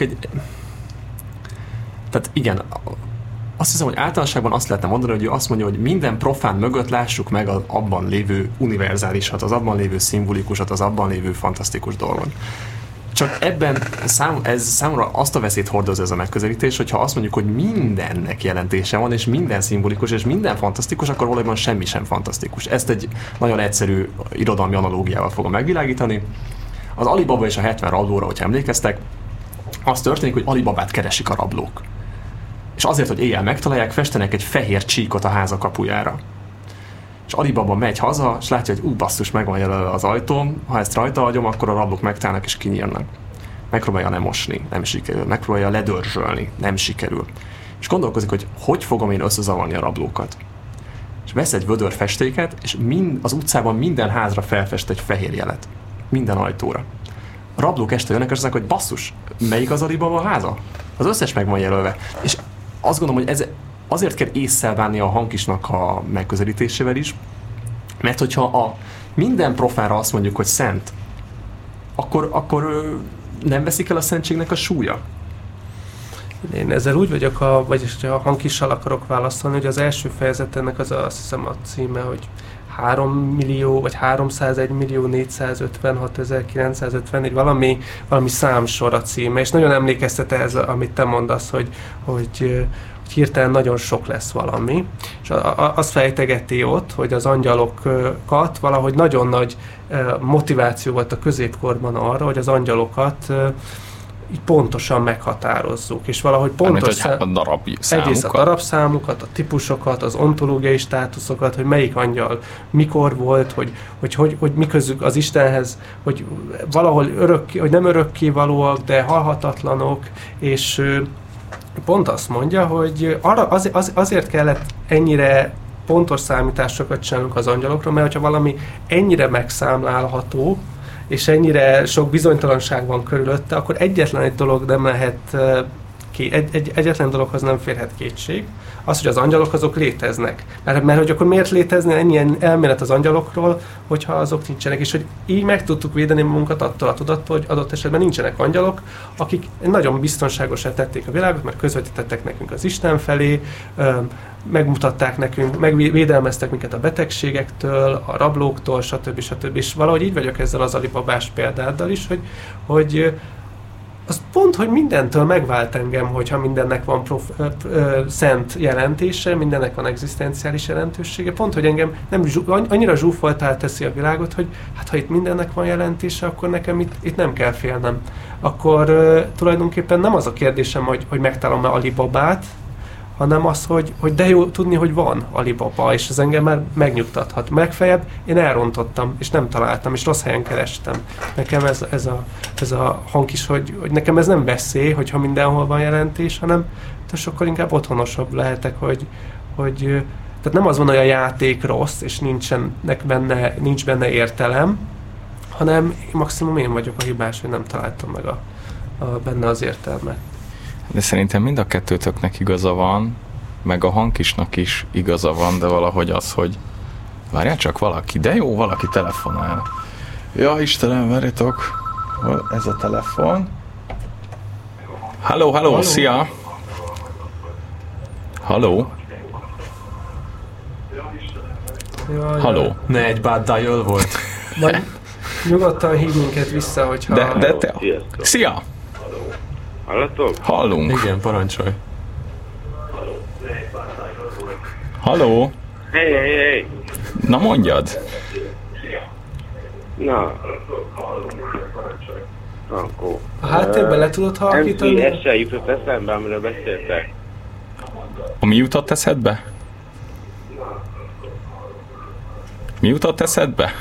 tehát igen, azt hiszem, hogy általánosságban azt lehetne mondani, hogy ő azt mondja, hogy minden profán mögött lássuk meg az abban lévő univerzálisat, az abban lévő szimbolikusat, az abban lévő fantasztikus dolgot. Csak ebben ez számomra azt a veszélyt hordoz ez a megközelítés, hogyha azt mondjuk, hogy mindennek jelentése van, és minden szimbolikus, és minden fantasztikus, akkor valójában semmi sem fantasztikus. Ezt egy nagyon egyszerű irodalmi analógiával fogom megvilágítani. Az Alibaba és a 70 rablóra, hogyha emlékeztek, az történik, hogy Alibabát keresik a rablók. És azért, hogy éjjel megtalálják, festenek egy fehér csíkot a háza kapujára. És Alibaba megy haza, és látja, hogy basszus, meg van jelölve az ajtóm, ha ezt rajta hagyom, akkor a rablók megtalálnak és kinyírnak. Megpróbálja lemosni, nem sikerül. Megpróbálja ledörzsölni, nem sikerül. És gondolkozik, hogy fogom én összezavarni a rablókat. És vesz egy vödör festéket, és az utcában minden házra felfest egy fehér jelet. Minden ajtóra. A rablók este jönnek, és azt mondják, hogy basszus, melyik az Alibaba háza? Az összes meg van jelölve. És azt gondolom, hogy ez azért kell ésszel bánni a Hankisnak a megközelítésével is, mert hogyha a minden profánra azt mondjuk, hogy szent, akkor nem veszik el a szentségnek a súlya? Én ezzel úgy vagyok, vagyis ha a Hankissal akarok válaszolni, hogy az első fejezetennek az azt hiszem a címe, hogy 3 millió, vagy 301.456.954, valami számsor a címe, és nagyon emlékeztet ez, amit te mondasz, hogy hirtelen nagyon sok lesz valami, és azt fejtegeti ott, hogy az angyalokat valahogy nagyon nagy motiváció volt a középkorban arra, hogy az angyalokat így pontosan meghatározzuk, és valahogy pontosan egyrészt a darabszámukat, a típusokat, az ontológiai státuszokat, hogy melyik angyal mikor volt, hogy mi közük az Istenhez, hogy valahol hogy nem örökkévalóak, de halhatatlanok, és pont azt mondja, hogy azért kellett ennyire pontos számításokat csinálnunk az angyalokról, mert hogyha valami ennyire megszámlálható, és ennyire sok bizonytalanság van körülötte, akkor egyetlen egy dolog nem lehet, egyetlen dologhoz nem férhet kétség, az, hogy az angyalok azok léteznek. Mert hogy akkor miért létezne ennyi elmélet az angyalokról, hogyha azok nincsenek, és hogy így meg tudtuk védeni magunkat attól a tudattól, hogy adott esetben nincsenek angyalok, akik nagyon biztonságosan tették a világot, mert közvetítettek nekünk az Isten felé, megmutatták nekünk, megvédelmeztek minket a betegségektől, a rablóktól, stb. És valahogy így vagyok ezzel az alibabás példáddal is, hogy az pont, hogy mindentől megvált engem, hogyha mindennek van szent jelentése, mindennek van egzisztenciális jelentősége, pont, hogy engem nem annyira zsúfoltá teszi a világot, hogy hát ha itt mindennek van jelentése, akkor nekem itt nem kell félnem. Akkor tulajdonképpen nem az a kérdésem, hogy megtalálom-e Alibabát, hanem az, hogy de jó tudni, hogy van Alibaba, és ez engem már megnyugtathat. Legfeljebb én elrontottam, és nem találtam, és rossz helyen kerestem. Nekem ez a hang is, hogy nekem ez nem veszély, hogyha mindenhol van jelentés, hanem sokkal inkább otthonosabb lehetek, hogy tehát nem az van, hogy a játék rossz, és nincs benne értelem, hanem maximum én vagyok a hibás, hogy nem találtam meg benne az értelmet. De szerintem mind a kettőtöknek igaza van, meg a Hankisnak is igaza van, de valahogy az, hogy várjál csak valaki, de jó, valaki telefonál. Ja, Istenem, várjatok, ez a telefon. Halló, szia! Halló? Halló? Ne, egy bad dial volt. Majd nyugodtan hívj minket vissza, hogyha... De te... Szia! Hallatok? Hallunk. Igen, parancsolj. Halló? Hey. Na mondjad. Na. Akkor. A háttérben le tudod halkítani? Ez se jutott eszembe, amiről beszéltek. Mi jutott eszedbe? Mi jutott eszedbe?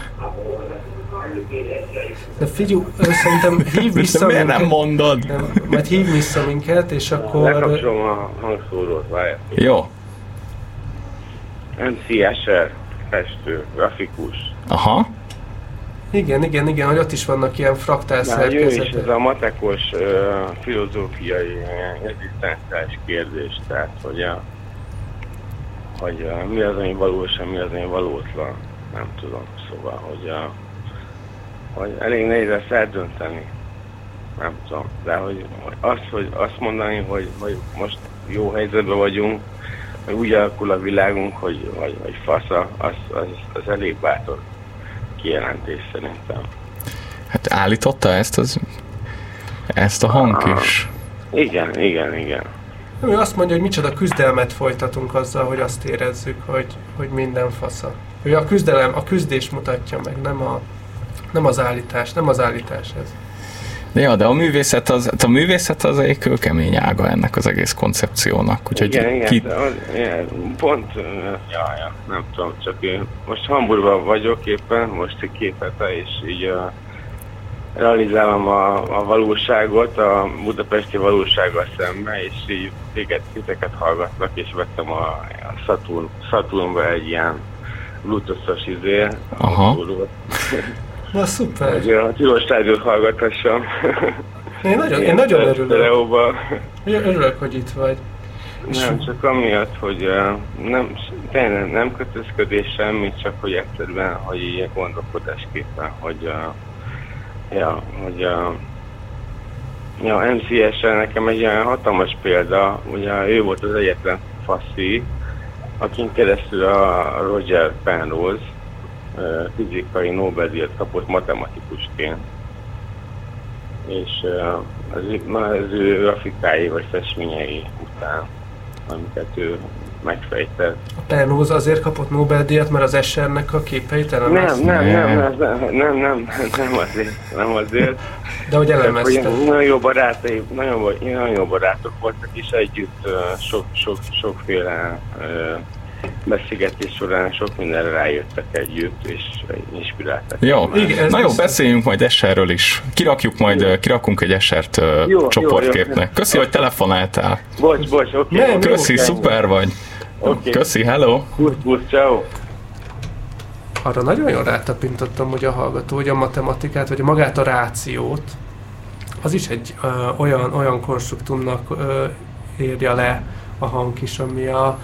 De figyelj, szerintem hívj vissza miért minket. nem mondod? Majd hívj vissza minket, és akkor... Lekapcsolom a hangszórót, várjál. Jó. MC Escher, festő, grafikus. Aha. Igen, hogy ott is vannak ilyen fraktál Ő is szerkezetek. ez a matekos filozófiai egzisztenciális kérdés, tehát hogy mi az, ami valós, mi az, ami valótlan, nem tudom, szóval, hogy elég nehéz ezt eldönteni, nem tudom, de hogy azt mondani, hogy most jó helyzetben vagyunk, hogy úgy alakul a világunk, hogy fasza, az elég bátor kijelentés szerintem. Hát állította ezt a Hank is. Igen. Ő azt mondja, hogy micsoda küzdelmet folytatunk azzal, hogy azt érezzük, hogy minden fasza. Ő a küzdés mutatja meg, nem az állítás ez. De ja, de a művészet az egy kőkemény ága ennek az egész koncepciónak. Úgyhogy igen, pont, nem tudom, csak én most Hamburgban vagyok éppen, most egy 2 hete, és így realizálom a valóságot, a budapesti valósággal szemben, és így titeket hallgatlak, és vettem a Saturnba egy ilyen Bluetooth-os Aha. Na szuper! Hogy a Tilos Rádiót hallgathassam. Én nagyon örülök. Örülök, hogy itt vagy. Nem, csak amiatt, hogy nem kötözködés semmi, csak hogy egyszerűen, hogy ilyen gondolkodásképpen, hogy MCS-en nekem egy olyan hatalmas példa, ugye ő volt az egyetlen faszi, akin keresztül a Roger Penrose fizikai Nobel-díjat kapott matematikusként. És az ő grafikái vagy festményei után, amiket ő megfejtett. A Penrose azért kapott Nobel-díjat, mert az Eschernek a képeit elemezte? Nem azért. De hogy elemezte? Nagyon jó barátok voltak, és együtt sokféle beszélgetés során sok mindenre rájöttek együtt, és inspiráltak. Jó, na jó, beszéljünk majd Escherről is. Kirakunk egy Eschert csoportképnek. Köszi, hogy telefonáltál. Bocs, oké. Köszi, szuper vagy. Köszi, hello. Kusz, ciao. Arra nagyon jól rátapintottam, hogy a hallgató, hogy a matematikát, vagy magát a rációt, az is egy olyan konstruktumnak írja le a Hank is, ami a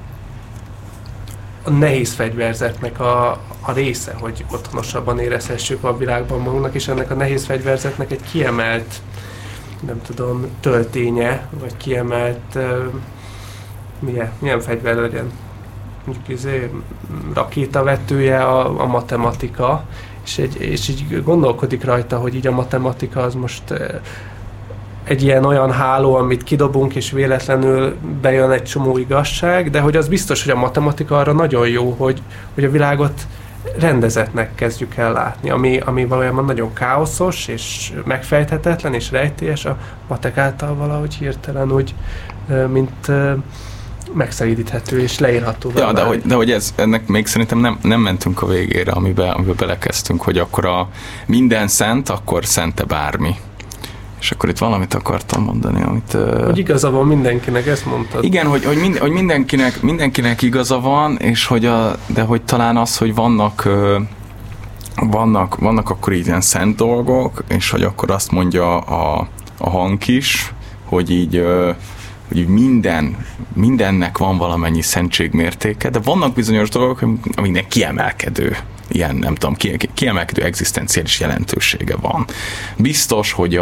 nehéz fegyverzetnek a része, hogy otthonosabban érezhessük a világban magunknak, és ennek a nehéz fegyverzetnek egy kiemelt, nem tudom, tölténye, vagy kiemelt, milyen fegyver legyen? Mondjuk rakétavetője a matematika, és így gondolkodik rajta, hogy így a matematika az most egy ilyen olyan háló, amit kidobunk, és véletlenül bejön egy csomó igazság, de hogy az biztos, hogy a matematika arra nagyon jó, hogy a világot rendezetnek kezdjük el látni, ami valójában nagyon káoszos, és megfejthetetlen, és rejtélyes, a matek által valahogy hirtelen úgy, mint megszelídíthető és leírható. Ja, de hogy ennek még szerintem nem mentünk a végére, amiben belekezdtünk, hogy akkor a minden szent, akkor szente bármi. És akkor itt valamit akartam mondani, amit... Hogy igaza van mindenkinek, ezt mondtad. Igen, hogy mindenkinek igaza van, és de hogy talán az, hogy vannak akkor ilyen szent dolgok, és hogy akkor azt mondja a hang is, hogy így mindennek van valamennyi szentségmértéke, de vannak bizonyos dolgok, amiknek kiemelkedő, ilyen nem tudom, kiemelkedő egzisztenciális jelentősége van. Biztos, hogy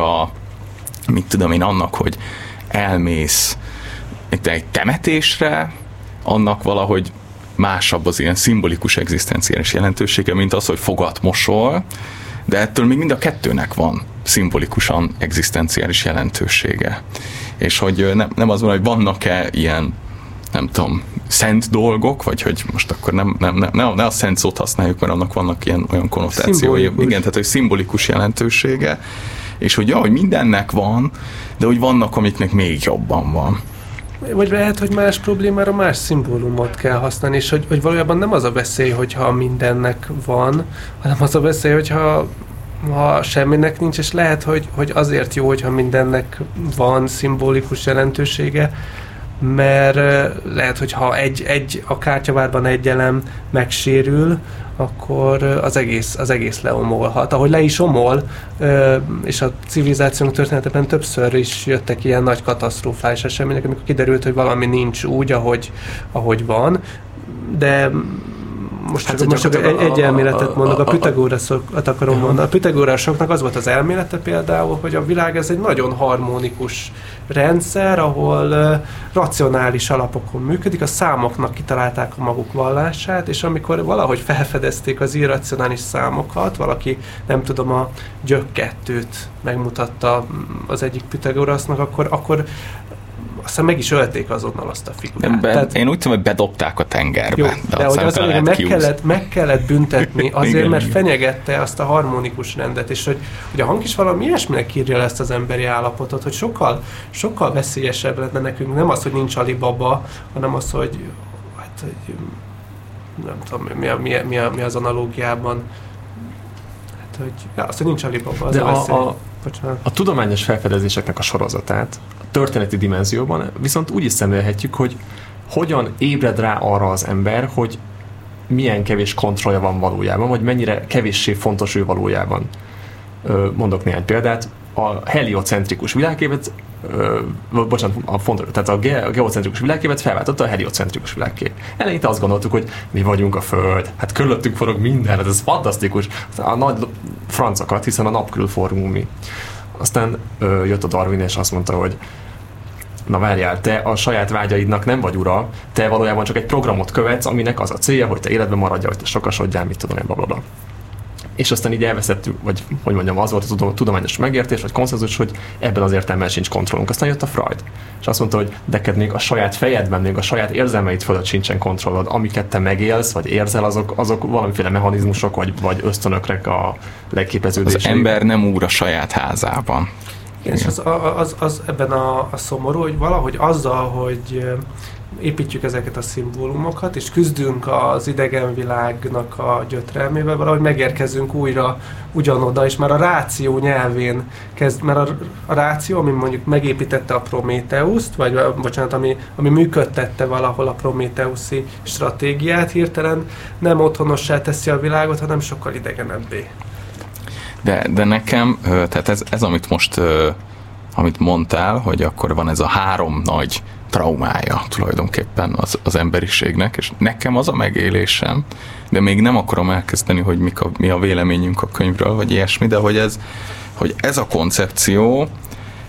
mit tudom én, annak, hogy elmész egy temetésre, annak valahogy másabb az ilyen szimbolikus egzisztenciális jelentősége, mint az, hogy fogat mosol, de ettől még mind a kettőnek van szimbolikusan egzisztenciális jelentősége. És hogy nem az van, hogy vannak-e ilyen, nem tudom, szent dolgok, vagy hogy most akkor ne a szent szót használjuk, mert annak vannak ilyen olyan konnotációi. Igen, tehát hogy szimbolikus jelentősége, és hogy mindennek van, de hogy vannak, amiknek még jobban van. Vagy lehet, hogy más problémára más szimbólumot kell használni, és hogy valójában nem az a veszély, hogyha mindennek van, hanem az a veszély, hogyha semminek nincs, és lehet, hogy azért jó, hogyha mindennek van szimbolikus jelentősége, mert lehet, hogy ha a kártyavárban egy elem megsérül, akkor az egész leomolhat. Ahogy le is omol, és a civilizációnk történetében többször is jöttek ilyen nagy katasztrofális események, amikor kiderült, hogy valami nincs úgy, ahogy van, de most csak egy elméletet mondok, a Pitagóraszokat akarom mondani. A Pitagórasoknak az volt az elmélete például, hogy a világ ez egy nagyon harmonikus rendszer, ahol racionális alapokon működik, a számoknak kitalálták a maguk vallását, és amikor valahogy felfedezték az irracionális számokat, valaki, nem tudom, a gyök 2-t megmutatta az egyik Pitagórasznak, akkor aztán meg is ölték azonnal azt a figurát. Én úgy tudom, hogy bedobták a tengerbe. Jó, de hogy az, meg kellett büntetni azért, mert fenyegette azt a harmonikus rendet, és hogy a hang is valami ilyesminek írja le ezt az emberi állapotot, hogy sokkal veszélyesebb lenne nekünk, nem az, hogy nincs Alibaba, hanem az, hogy nem tudom, mi az analógiában. Az, hogy nincs Alibaba, az de a veszély. A tudományos felfedezéseknek a sorozatát a történeti dimenzióban viszont úgy is szemlélhetjük, hogy hogyan ébred rá arra az ember, hogy milyen kevés kontrollja van valójában, vagy mennyire kevéssé fontos ő valójában. Mondok néhány példát. A heliocentrikus világképet, tehát a geocentrikus világképet felváltotta a heliocentrikus világkép. Eleinte azt gondoltuk, hogy mi vagyunk a Föld, hát körülöttünk forog minden, ez fantasztikus. A nagy francokat, hiszen a nap körül forgunk mi. Aztán jött a Darwin, és azt mondta, hogy na várjál, te a saját vágyaidnak nem vagy ura, te valójában csak egy programot követsz, aminek az a célja, hogy te életben maradjál, hogy te sokasodjál, mit tudom én, blablabla. És aztán így elveszettük, vagy hogy mondjam, az volt a tudományos megértés, vagy konszenzus, hogy ebben az értelemben sincs kontrollunk. Aztán jött a Freud, és azt mondta, hogy neked még a saját fejedben, még a saját érzelmeid fölött sincsen kontrollod. Amiket te megélsz, vagy érzel, azok valamiféle mechanizmusok, vagy ösztönöknek a legképeződései. Az ember nem úr a saját házában. Igen, és az ebben a szomorú, hogy valahogy azzal, hogy építjük ezeket a szimbólumokat, és küzdünk az idegen világnak a gyötrelmével, valahogy megérkezünk újra ugyanoda, és már a ráció nyelvén kezd, mert a ráció, ami mondjuk megépítette a Prométeuszt, vagy bocsánat, ami működtette valahol a prométeuszi stratégiát, hirtelen nem otthonossá teszi a világot, hanem sokkal idegenebbé. De nekem, tehát ez amit most amit mondtál, hogy akkor van ez a 3 nagy traumája tulajdonképpen az emberiségnek, és nekem az a megélésem, de még nem akarom elkezdeni, hogy mi a véleményünk a könyvről, vagy ilyesmi, de hogy ez a koncepció,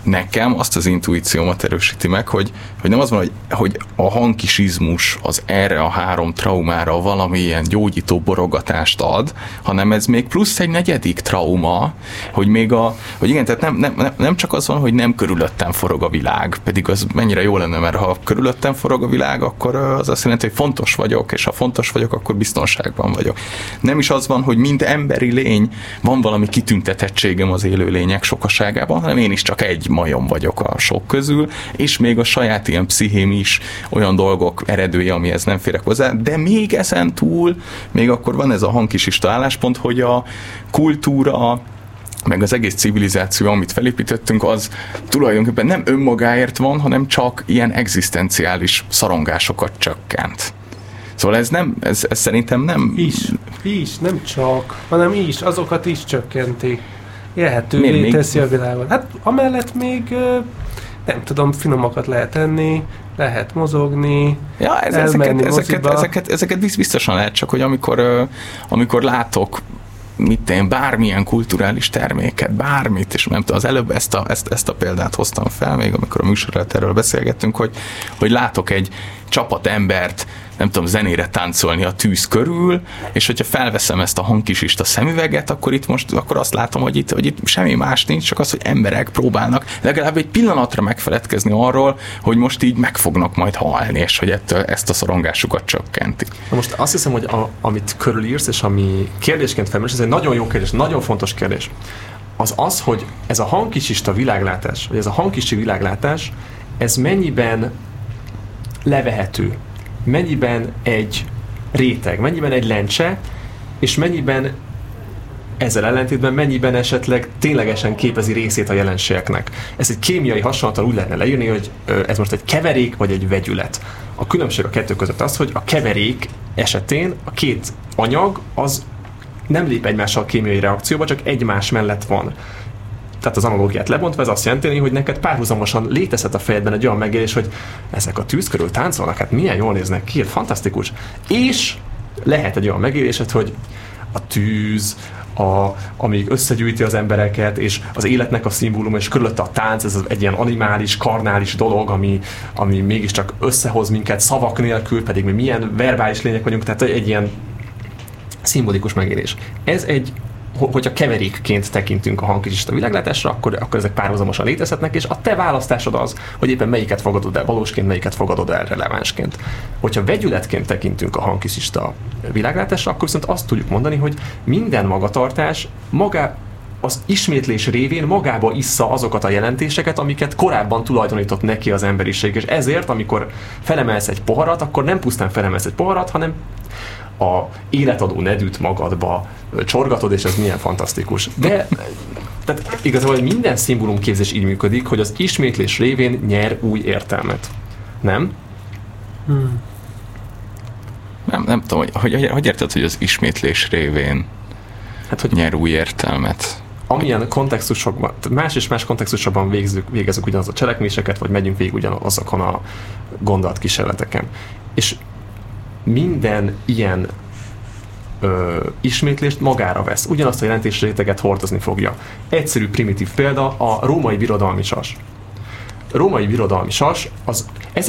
nekem azt az intuíciómat erősíti meg, hogy nem az van, hogy a hankisizmus az erre a 3 traumára valamilyen gyógyító borogatást ad, hanem ez még plusz egy 4. trauma, hogy igen, tehát nem csak az van, hogy nem körülöttem forog a világ, pedig az mennyire jó lenne, mert ha körülöttem forog a világ, akkor az azt jelenti, hogy fontos vagyok, és ha fontos vagyok, akkor biztonságban vagyok. Nem is az van, hogy mind emberi lény van valami kitüntetettségem az élőlények sokaságában, hanem én is csak egy majom vagyok a sok közül, és még a saját ilyen pszichém is olyan dolgok eredője, amihez nem férek hozzá, de még ezen túl, még akkor van ez a hankisista álláspont, hogy a kultúra, meg az egész civilizáció, amit felépítettünk, az tulajdonképpen nem önmagáért van, hanem csak ilyen egzisztenciális szorongásokat csökkent. Szóval ez szerintem nem... Nem csak, hanem azokat is csökkenti. Élhetővé teszi a világot. Hát amellett még nem tudom, finomakat lehet enni, lehet mozogni, ezeket biztosan lehet, csak hogy amikor látok bármilyen kulturális terméket, bármit, és nem tudom, az előbb ezt a példát hoztam fel, még amikor a műsor előtt erről beszélgettünk, hogy látok egy csapat embert, nem tudom, zenére táncolni a tűz körül, és hogyha felveszem ezt a hankisista szemüveget, akkor azt látom, hogy itt semmi más nincs, csak az, hogy emberek próbálnak legalább egy pillanatra megfeledkezni arról, hogy most így meg fognak majd halni, és hogy ezt a szorongásukat csökkenti. Na most azt hiszem, hogy amit körülírsz, és ami kérdésként felmerül, ez egy nagyon jó kérdés, nagyon fontos kérdés, az, hogy ez a hankisista világlátás, vagy ez a hankisi világlátás, ez mennyiben levehető, mennyiben egy réteg, mennyiben egy lencse, és mennyiben ezzel ellentétben mennyiben esetleg ténylegesen képezi részét a jelenségeknek. Ez egy kémiai hasonlattal úgy lehetne leírni, hogy ez most egy keverék vagy egy vegyület. A különbség a kettő között az, hogy a keverék esetén a 2 anyag az nem lép egymással kémiai reakcióba, csak egymás mellett van. Tehát az analógiát lebontva ez azt jelenti, hogy neked párhuzamosan létezhet a fejedben egy olyan megélés, hogy ezek a tűz körül táncolnak, hát milyen jól néznek ki, fantasztikus. És lehet egy olyan megélésed, hogy a tűz, amíg összegyűjti az embereket, és az életnek a szimbóluma, és körülötte a tánc, ez egy ilyen animális, karnális dolog, ami mégiscsak összehoz minket szavak nélkül, pedig mi milyen verbális lények vagyunk, tehát egy ilyen szimbolikus megélés. Ez hogyha keverékként tekintünk a hankisista világlátásra, akkor ezek párhuzamosan létezhetnek, és a te választásod az, hogy éppen melyiket fogadod el valósként, melyiket fogadod el relevánsként. Hogyha vegyületként tekintünk a hankisista világlátásra, akkor viszont azt tudjuk mondani, hogy minden magatartás az ismétlés révén magába issza azokat a jelentéseket, amiket korábban tulajdonított neki az emberiség. És ezért, amikor felemelsz egy poharat, akkor nem pusztán felemelsz egy poharat, hanem a életadó nedűt magadba csorgatod, és ez milyen fantasztikus. De tehát igazából minden szimbólumképzés így működik, hogy az ismétlés révén nyer új értelmet. Nem? Nem tudom, hogy érted, hogy az ismétlés révén nyer új értelmet? Amilyen kontextusokban, más és más kontextusokban végezzük ugyanaz a cselekvéseket, vagy megyünk végig ugyanazokon a gondolatkísérleteken. És minden ilyen ismétlést magára vesz. Ugyanazt a jelentésréteget hordozni fogja. Egyszerű, primitív példa a római birodalmi sas. A római birodalmi sas az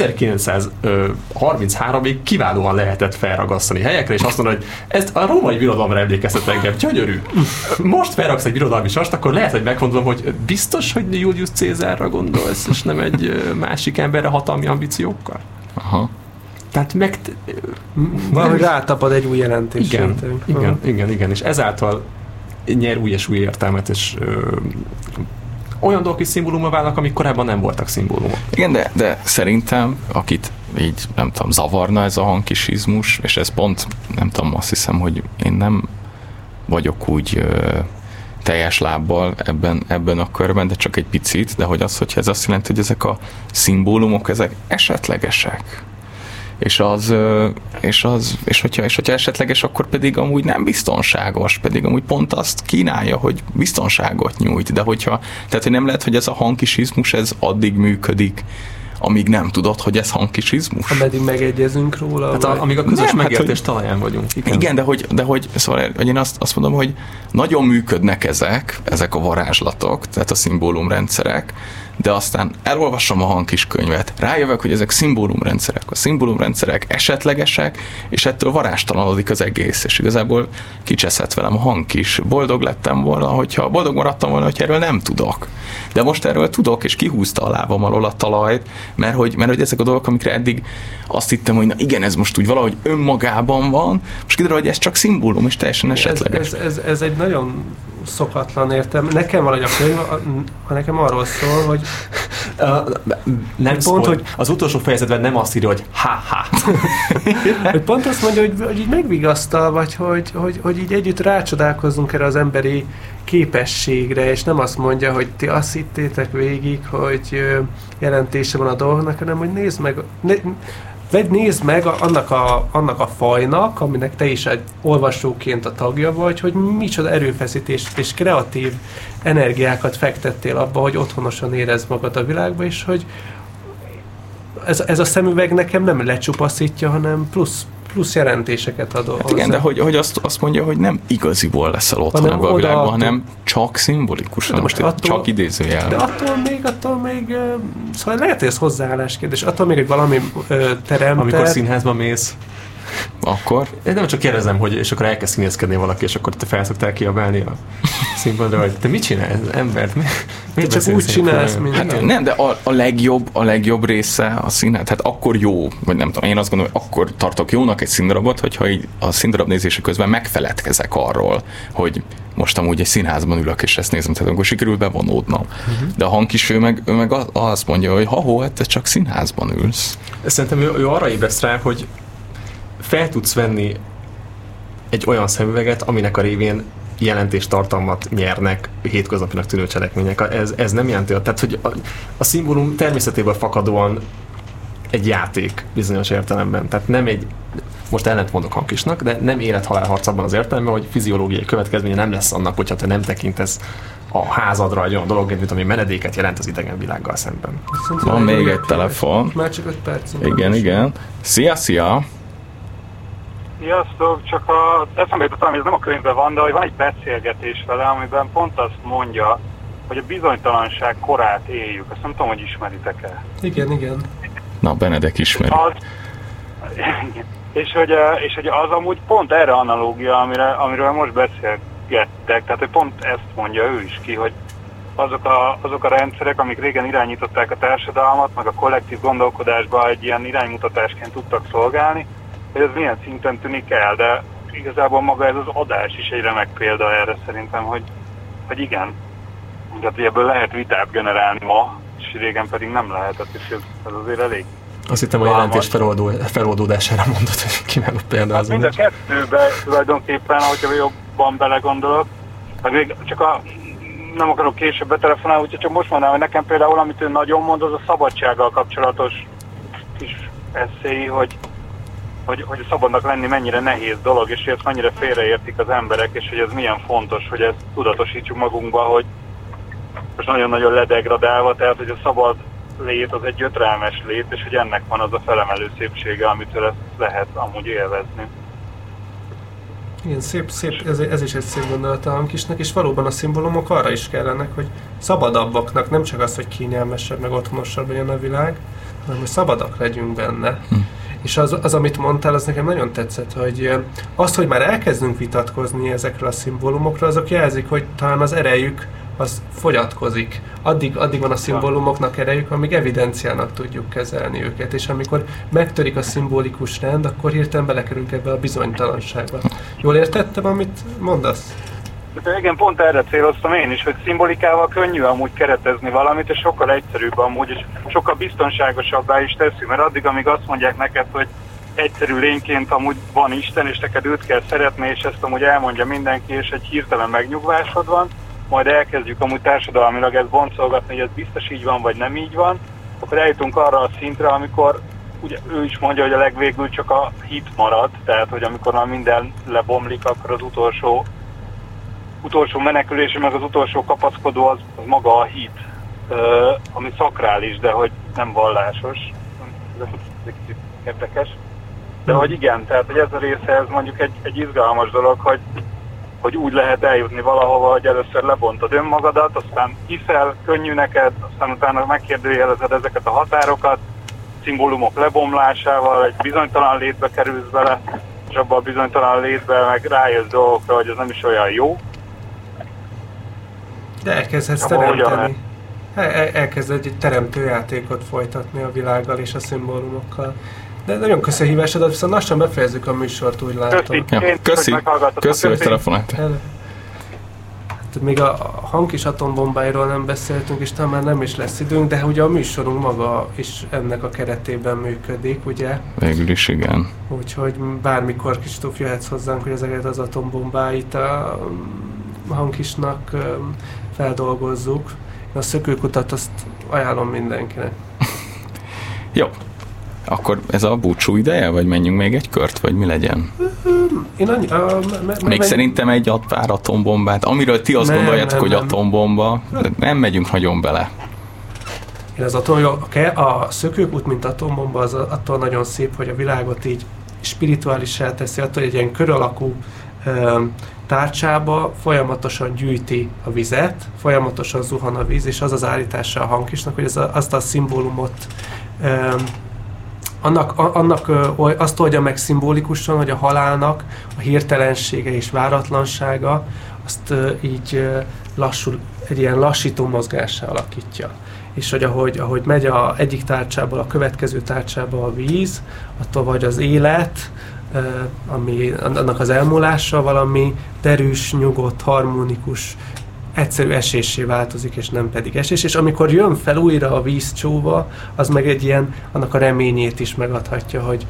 1933-ig kiválóan lehetett felragasztani helyekre, és azt mondani, hogy ezt a római birodalomra emlékeztet engem, gyönyörű. Most felraksz egy birodalmi sast, akkor lehet, hogy megmondom, hogy biztos, hogy Julius Cézárra gondolsz, és nem egy másik emberre hatalmi ambíciókkal? Aha. Tehát valahogy rátapad egy új jelentés. Igen, és ezáltal nyer új és új értelmet, és olyan dolgok is szimbóluma válnak, amik korábban nem voltak szimbólumok. Igen, de szerintem, akit így, nem tudom, zavarna ez a hankisizmus, és ez pont, nem tudom, azt hiszem, hogy én nem vagyok úgy teljes lábbal ebben a körben, de csak egy picit, de hogy hogyha ez azt jelenti, hogy ezek a szimbólumok, ezek esetlegesek. És hogyha esetleges, akkor pedig amúgy nem biztonságos, pedig amúgy pont azt kínálja, hogy biztonságot nyújt, de tehát hogy nem lehet, hogy ez a hankisizmus, ez addig működik, amíg nem tudod, hogy ez hankisizmus. Ameddig megegyezünk róla. Hát amíg a közös megértés talaján vagyunk. Igen, de hogy szóval én azt mondom, hogy nagyon működnek ezek a varázslatok, tehát a szimbólumrendszerek, de aztán elolvasom a hangkiskönyvet, rájövök, hogy ezek szimbólumrendszerek. A szimbólumrendszerek esetlegesek, és ettől varázstalanodik az egész, és igazából kicseszett velem a hangkis. Boldog maradtam volna, hogyha erről nem tudok. De most erről tudok, és kihúzta a lábam alól a talajt, mert hogy ezek a dolgok, amikre eddig azt hittem, hogy na igen, ez most úgy valahogy önmagában van, most kiderül, hogy ez csak szimbólum, és teljesen esetleges. Ez egy nagyon szokatlan értelme. Nekem valahogy a könyv, nekem arról szól, hogy nem pont, hogy az utolsó fejezetben nem azt írja, hogy ha-ha. Hogy pont azt mondja, hogy így megvigasztal, vagy hogy így együtt rácsodálkozzunk erre az emberi képességre, és nem azt mondja, hogy ti azt hittétek végig, hogy jelentése van a dolgnak, hanem hogy nézd meg annak a fajnak, aminek te is egy olvasóként a tagja vagy, hogy micsoda erőfeszítést és kreatív energiákat fektettél abba, hogy otthonosan érezd magad a világba, és hogy ez a szemüveg nekem nem lecsupaszítja, hanem plusz jelentéseket ad. Hát igen, de hogy azt mondja, hogy nem igaziból leszel otthon ebben a világban, hanem csak szimbolikusan, most csak idézőjel. De attól még szóval lehet, hogy ez hozzáállás kérdés, attól még, hogy valami teremtett. Amikor színházba mész, akkor? Én nem csak kérdezem, hogy és akkor elkezd színészkedni valaki, és akkor te felszoktál kiabálni a színpadra, hogy te mit csinálsz, embert? Te csak úgy csinálsz, mint hát nem, de a legjobb része a színház, hát akkor jó, vagy nem tudom, én azt gondolom, hogy akkor tartok jónak egy színdarabot, hogyha így a színdarab nézése közben megfeledkezek arról, hogy most amúgy egy színházban ülök, és ezt nézem, tehát akkor sikerül bevonódnom. De a hangkisfő meg azt mondja, hogy hát te csak színházban ülsz. Szerintem ő arra ébreszt rá, hogy fel tudsz venni egy olyan szemüveget, aminek a révén jelentéstartalmat nyernek hétköznapinak tűnő cselekmények. Ez nem jelenti, tehát hogy a szimbólum természetéből fakadóan egy játék bizonyos értelemben. Tehát nem egy, most ellent mondok Hangkisnak, de nem élet-halál harc abban az értelemben, hogy fiziológiai következménye nem lesz annak, hogyha te nem tekintesz a házadra egy olyan dolog, mint ami menedéket jelent az idegen világgal szemben. Van még egy telefon. Már csak 5 perc. Igen. Szia! Sziasztok, csak eszembe jutott, hogy ez nem a könyvben van, de hogy van egy beszélgetés vele, amiben pont azt mondja, hogy a bizonytalanság korát éljük. Azt nem tudom, hogy ismeritek-e. Igen. Na, Benedek ismeri. És hogy az amúgy pont erre analógia, amiről most beszélgettek, tehát hogy pont ezt mondja ő is ki, hogy azok a rendszerek, amik régen irányították a társadalmat, meg a kollektív gondolkodásba egy ilyen iránymutatásként tudtak szolgálni, hogy ez milyen szinten tűnik el, de igazából maga ez az adás is egy remek példa erre szerintem, hogy igen. Tehát ebből lehet vitát generálni ma, és régen pedig nem lehetett, és ez azért elég. Azt hittem, a jelentés feloldódására mondod, hogy kívánok példázni. Hát mind a kettőben tulajdonképpen, ahogyha jobban belegondolok, még csak nem akarok később betelefonálni, úgyhogy csak most mondanám, hogy nekem például, amit ő nagyon mond, az a szabadsággal kapcsolatos kis eszéi, hogy szabadnak lenni mennyire nehéz dolog, és hogy ezt mennyire félreértik az emberek, és hogy ez milyen fontos, hogy ezt tudatosítsuk magunkba, hogy most nagyon-nagyon ledegradálva, tehát hogy a szabad lét az egy gyötrelmes lét, és hogy ennek van az a felemelő szépsége, amitől ezt lehet amúgy élvezni. Igen, szép, ez is egy szép gondolata a Hangkisnek, és valóban a szimbólumok arra is kellenek, hogy szabadabbaknak, nem csak az, hogy kényelmesebb, meg otthonosabb legyen a világ, hanem hogy szabadak legyünk benne. És az, amit mondtál, az nekem nagyon tetszett, hogy azt, hogy már elkezdünk vitatkozni ezekről a szimbólumokról, azok jelzik, hogy talán az erejük az fogyatkozik. Addig van a szimbólumoknak erejük, amíg evidenciának tudjuk kezelni őket, és amikor megtörik a szimbolikus rend, akkor hirtelen belekerülünk ebbe a bizonytalanságba. Jól értettem, amit mondasz? De igen, pont erre céloztam én is, hogy szimbolikával könnyű amúgy keretezni valamit, és sokkal egyszerűbb amúgy, és sokkal biztonságosabbá is teszi, mert addig, amíg azt mondják neked, hogy egyszerű lényként amúgy van Isten, és neked őt kell szeretni, és ezt amúgy elmondja mindenki, és egy hirtelen megnyugvásod van, majd elkezdjük amúgy társadalmilag ezt boncolgatni, hogy ez biztos így van, vagy nem így van, akkor eljutunk arra a szintre, amikor ugye ő is mondja, hogy a legvégül csak a hit marad, tehát hogy amikor már minden lebomlik, akkor az utolsó menekülés, meg az utolsó kapaszkodó az maga a hit, ami szakrális, de hogy nem vallásos. Ez egy kicsit érdekes. De hogy igen, tehát hogy ez a része, ez mondjuk egy izgalmas dolog, hogy hogy úgy lehet eljutni valahova, hogy először lebontod önmagadat, aztán hiszel, könnyű neked, aztán utána megkérdőjelezed ezeket a határokat, szimbólumok lebomlásával, egy bizonytalan létbe kerülsz bele, és abban a bizonytalan létbe meg rájössz dolgokra, hogy ez nem is olyan jó. De elkezdhetsz teremteni. Elkezded egy teremtőjátékot folytatni a világgal és a szimbólumokkal. De nagyon köszi a hívásodat, viszont lassan befejezzük a műsort, úgy látom. Köszi, hogy telefonáltál. Hát még a Hankis atombombáiról nem beszéltünk, és talán már nem is lesz időnk, de ugye a műsorunk maga is ennek a keretében működik, ugye? Végül is igen. Úgyhogy bármikor Kristóf jöhetsz hozzánk, hogy ezeket az atombombáit a Hankisnak feldolgozzuk. A szökőkutat azt ajánlom mindenkinek. Jó. Akkor ez a búcsú ideje, vagy menjünk még egy kört, vagy mi legyen? Még szerintem egy pár atombombát, amiről ti azt gondoljátok, hogy atombomba, nem megyünk nagyon bele. Én a szökőkút, mint atombomba, az attól nagyon szép, hogy a világot így spirituálissá teszi, attól, hogy egy ilyen kör alakú tárcsába folyamatosan gyűjti a vizet, folyamatosan zuhan a víz, és az az állítása a Hankisnak, hogy azt a szimbólumot azt oldja meg szimbolikusan, hogy a halálnak a hirtelensége és váratlansága azt így egy ilyen lassító mozgássá alakítja. És hogy ahogy megy egyik tárcsából a következő tárcsába a víz, attól vagy az élet, ami annak az elmúlása valami derűs, nyugodt, harmonikus, egyszerű esésé változik, és nem pedig esés, és amikor jön fel újra a vízcsóva, az meg egy ilyen, annak a reményét is megadhatja, hogy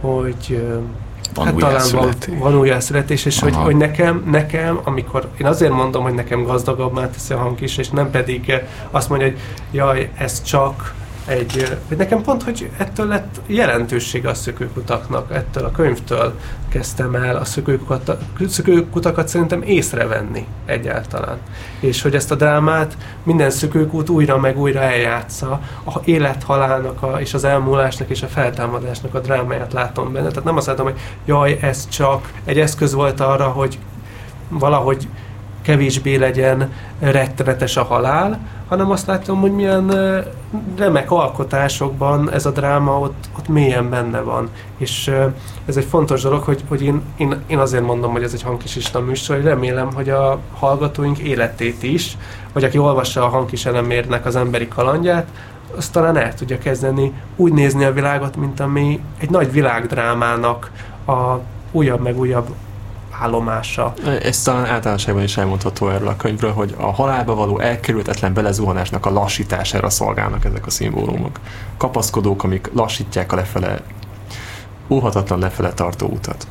van újjászületés, és hogy nekem, amikor én azért mondom, hogy nekem gazdagabbá teszi a Hankis, és nem pedig azt mondja, hogy jaj, ez csak hogy nekem pont, hogy ettől lett jelentősége a szökőkutaknak, ettől a könyvtől kezdtem el a szökőkutakat szerintem észrevenni egyáltalán. És hogy ezt a drámát minden szökőkút újra meg újra eljátsza, a élethalálnak és az elmúlásnak és a feltámadásnak a drámáját látom benne. Tehát nem azt látom, hogy jaj, ez csak egy eszköz volt arra, hogy valahogy kevésbé legyen rettenetes a halál, hanem azt látom, hogy milyen remek alkotásokban ez a dráma ott mélyen benne van. És ez egy fontos dolog, hogy én azért mondom, hogy ez egy hankisista műsor, hogy remélem, hogy a hallgatóink életét is, vagy aki olvassa a Hankis Elemérnek az emberi kalandját, azt talán el tudja kezdeni úgy nézni a világot, mint ami egy nagy világdrámának a újabb meg újabb állomása. Ez talán általánosságban is elmondható erről a könyvről, hogy a halálba való elkerülhetetlen belezuhanásnak a lassítására szolgálnak ezek a szimbólumok. Kapaszkodók, amik lassítják a óhatatlan lefele tartó utat.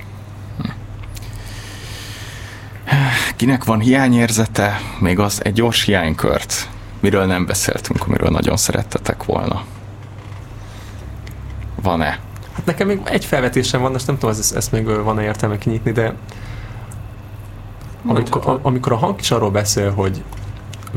Kinek van hiányérzete? Még az egy gyors hiánykört. Miről nem beszéltünk, amiről nagyon szerettetek volna? Van-e? Hát nekem még egy felvetésem van, most nem tudom, ezt még van-e értelme kinyitni, de amikor a Hankis arról beszél, hogy a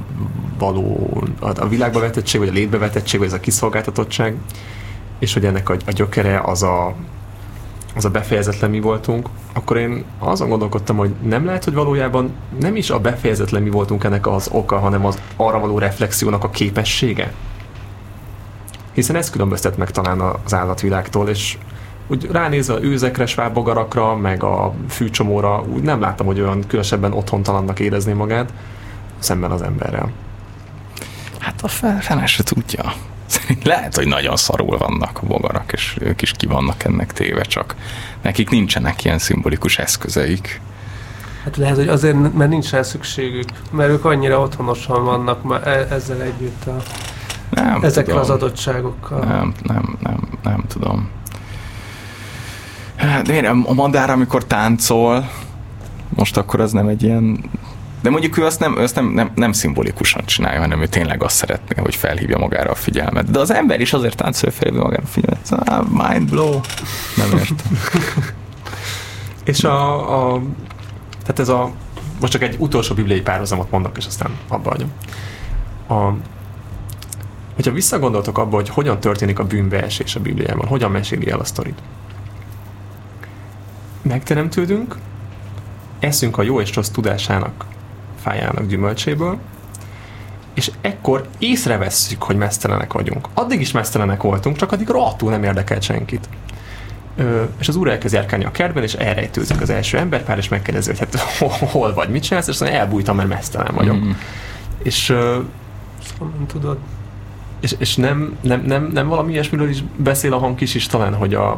világba vetettség, vagy a létbe vetettség, vagy ez a kiszolgáltatottság, és hogy ennek a gyökere az a befejezetlen mi voltunk, akkor én azon gondolkodtam, hogy nem lehet, hogy valójában nem is a befejezetlen mi voltunk ennek az oka, hanem az arra való reflexiónak a képessége. Hiszen ez különböztet meg talán az állatvilágtól, és úgy ránézve őzekre, svábbogarakra, meg a fűcsomóra, úgy nem láttam, hogy olyan különösebben otthontalannak érezné magát szemben az emberrel. Hát a fene se tudja. Szerint lehet, hogy nagyon szarul vannak a bogarak, és ők is ki vannak ennek téve, csak nekik nincsenek ilyen szimbolikus eszközeik. Hát lehet, hogy azért, mert nincs rá szükségük, mert ők annyira otthonosan vannak ezzel együtt ezekkel tudom. Az adottságokkal. Nem tudom. De a madár, amikor táncol, most akkor az nem egy ilyen... De mondjuk ő azt nem szimbolikusan csinálja, hanem ő tényleg azt szeretné, hogy felhívja magára a figyelmet. De az ember is azért táncol, felhívja magára a figyelmet. Mind blow. Nem értem. És tehát ez most csak egy utolsó bibliai párhuzamot mondok, és aztán abba hagyom. Hogyha visszagondoltok abba, hogy hogyan történik a bűnbeesés a Bibliában, hogyan meséli el a sztorit. Megteremtődünk, eszünk a jó és rossz tudásának, fájának gyümölcséből, és ekkor észrevesszük, hogy meztelenek vagyunk. Addig is meztelenek voltunk, csak addig rohadtul nem érdekelt senkit. És az úr elkezd járkálni a kertben, és elrejtőzik az első emberpár, és megkérdezi, hogy hát hol vagy, mit csinálsz, és aztán elbújtam, mert meztelen vagyok. És nem tudod. És nem valami ilyesmiről is beszél a hangkis is talán,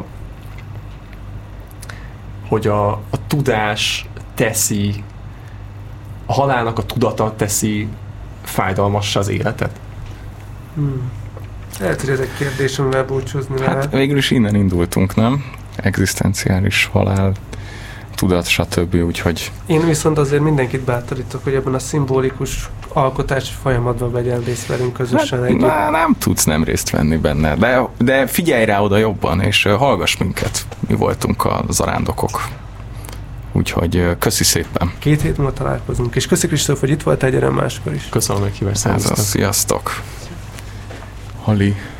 hogy a tudás teszi, a halálnak a tudata teszi fájdalmassá az életet? Lehet, hogy ez egy kérdés, amivel búcsúzni lehet. Hát végül is innen indultunk, nem? Egzisztenciális halál, tudat, stb. Úgyhogy... Én viszont azért mindenkit bátorítok, hogy ebben a szimbolikus alkotási folyamatban vegyen részt velünk közösen. Hát, nem tudsz nem részt venni benne, de figyelj rá oda jobban, és hallgass minket. Mi voltunk a zarándokok. Úgyhogy köszi szépen. 2 hét múlva találkozunk, és köszi Kristóf, hogy itt voltál, gyere máskor is. Köszönöm, hogy meghívást. Sziasztok. Halli.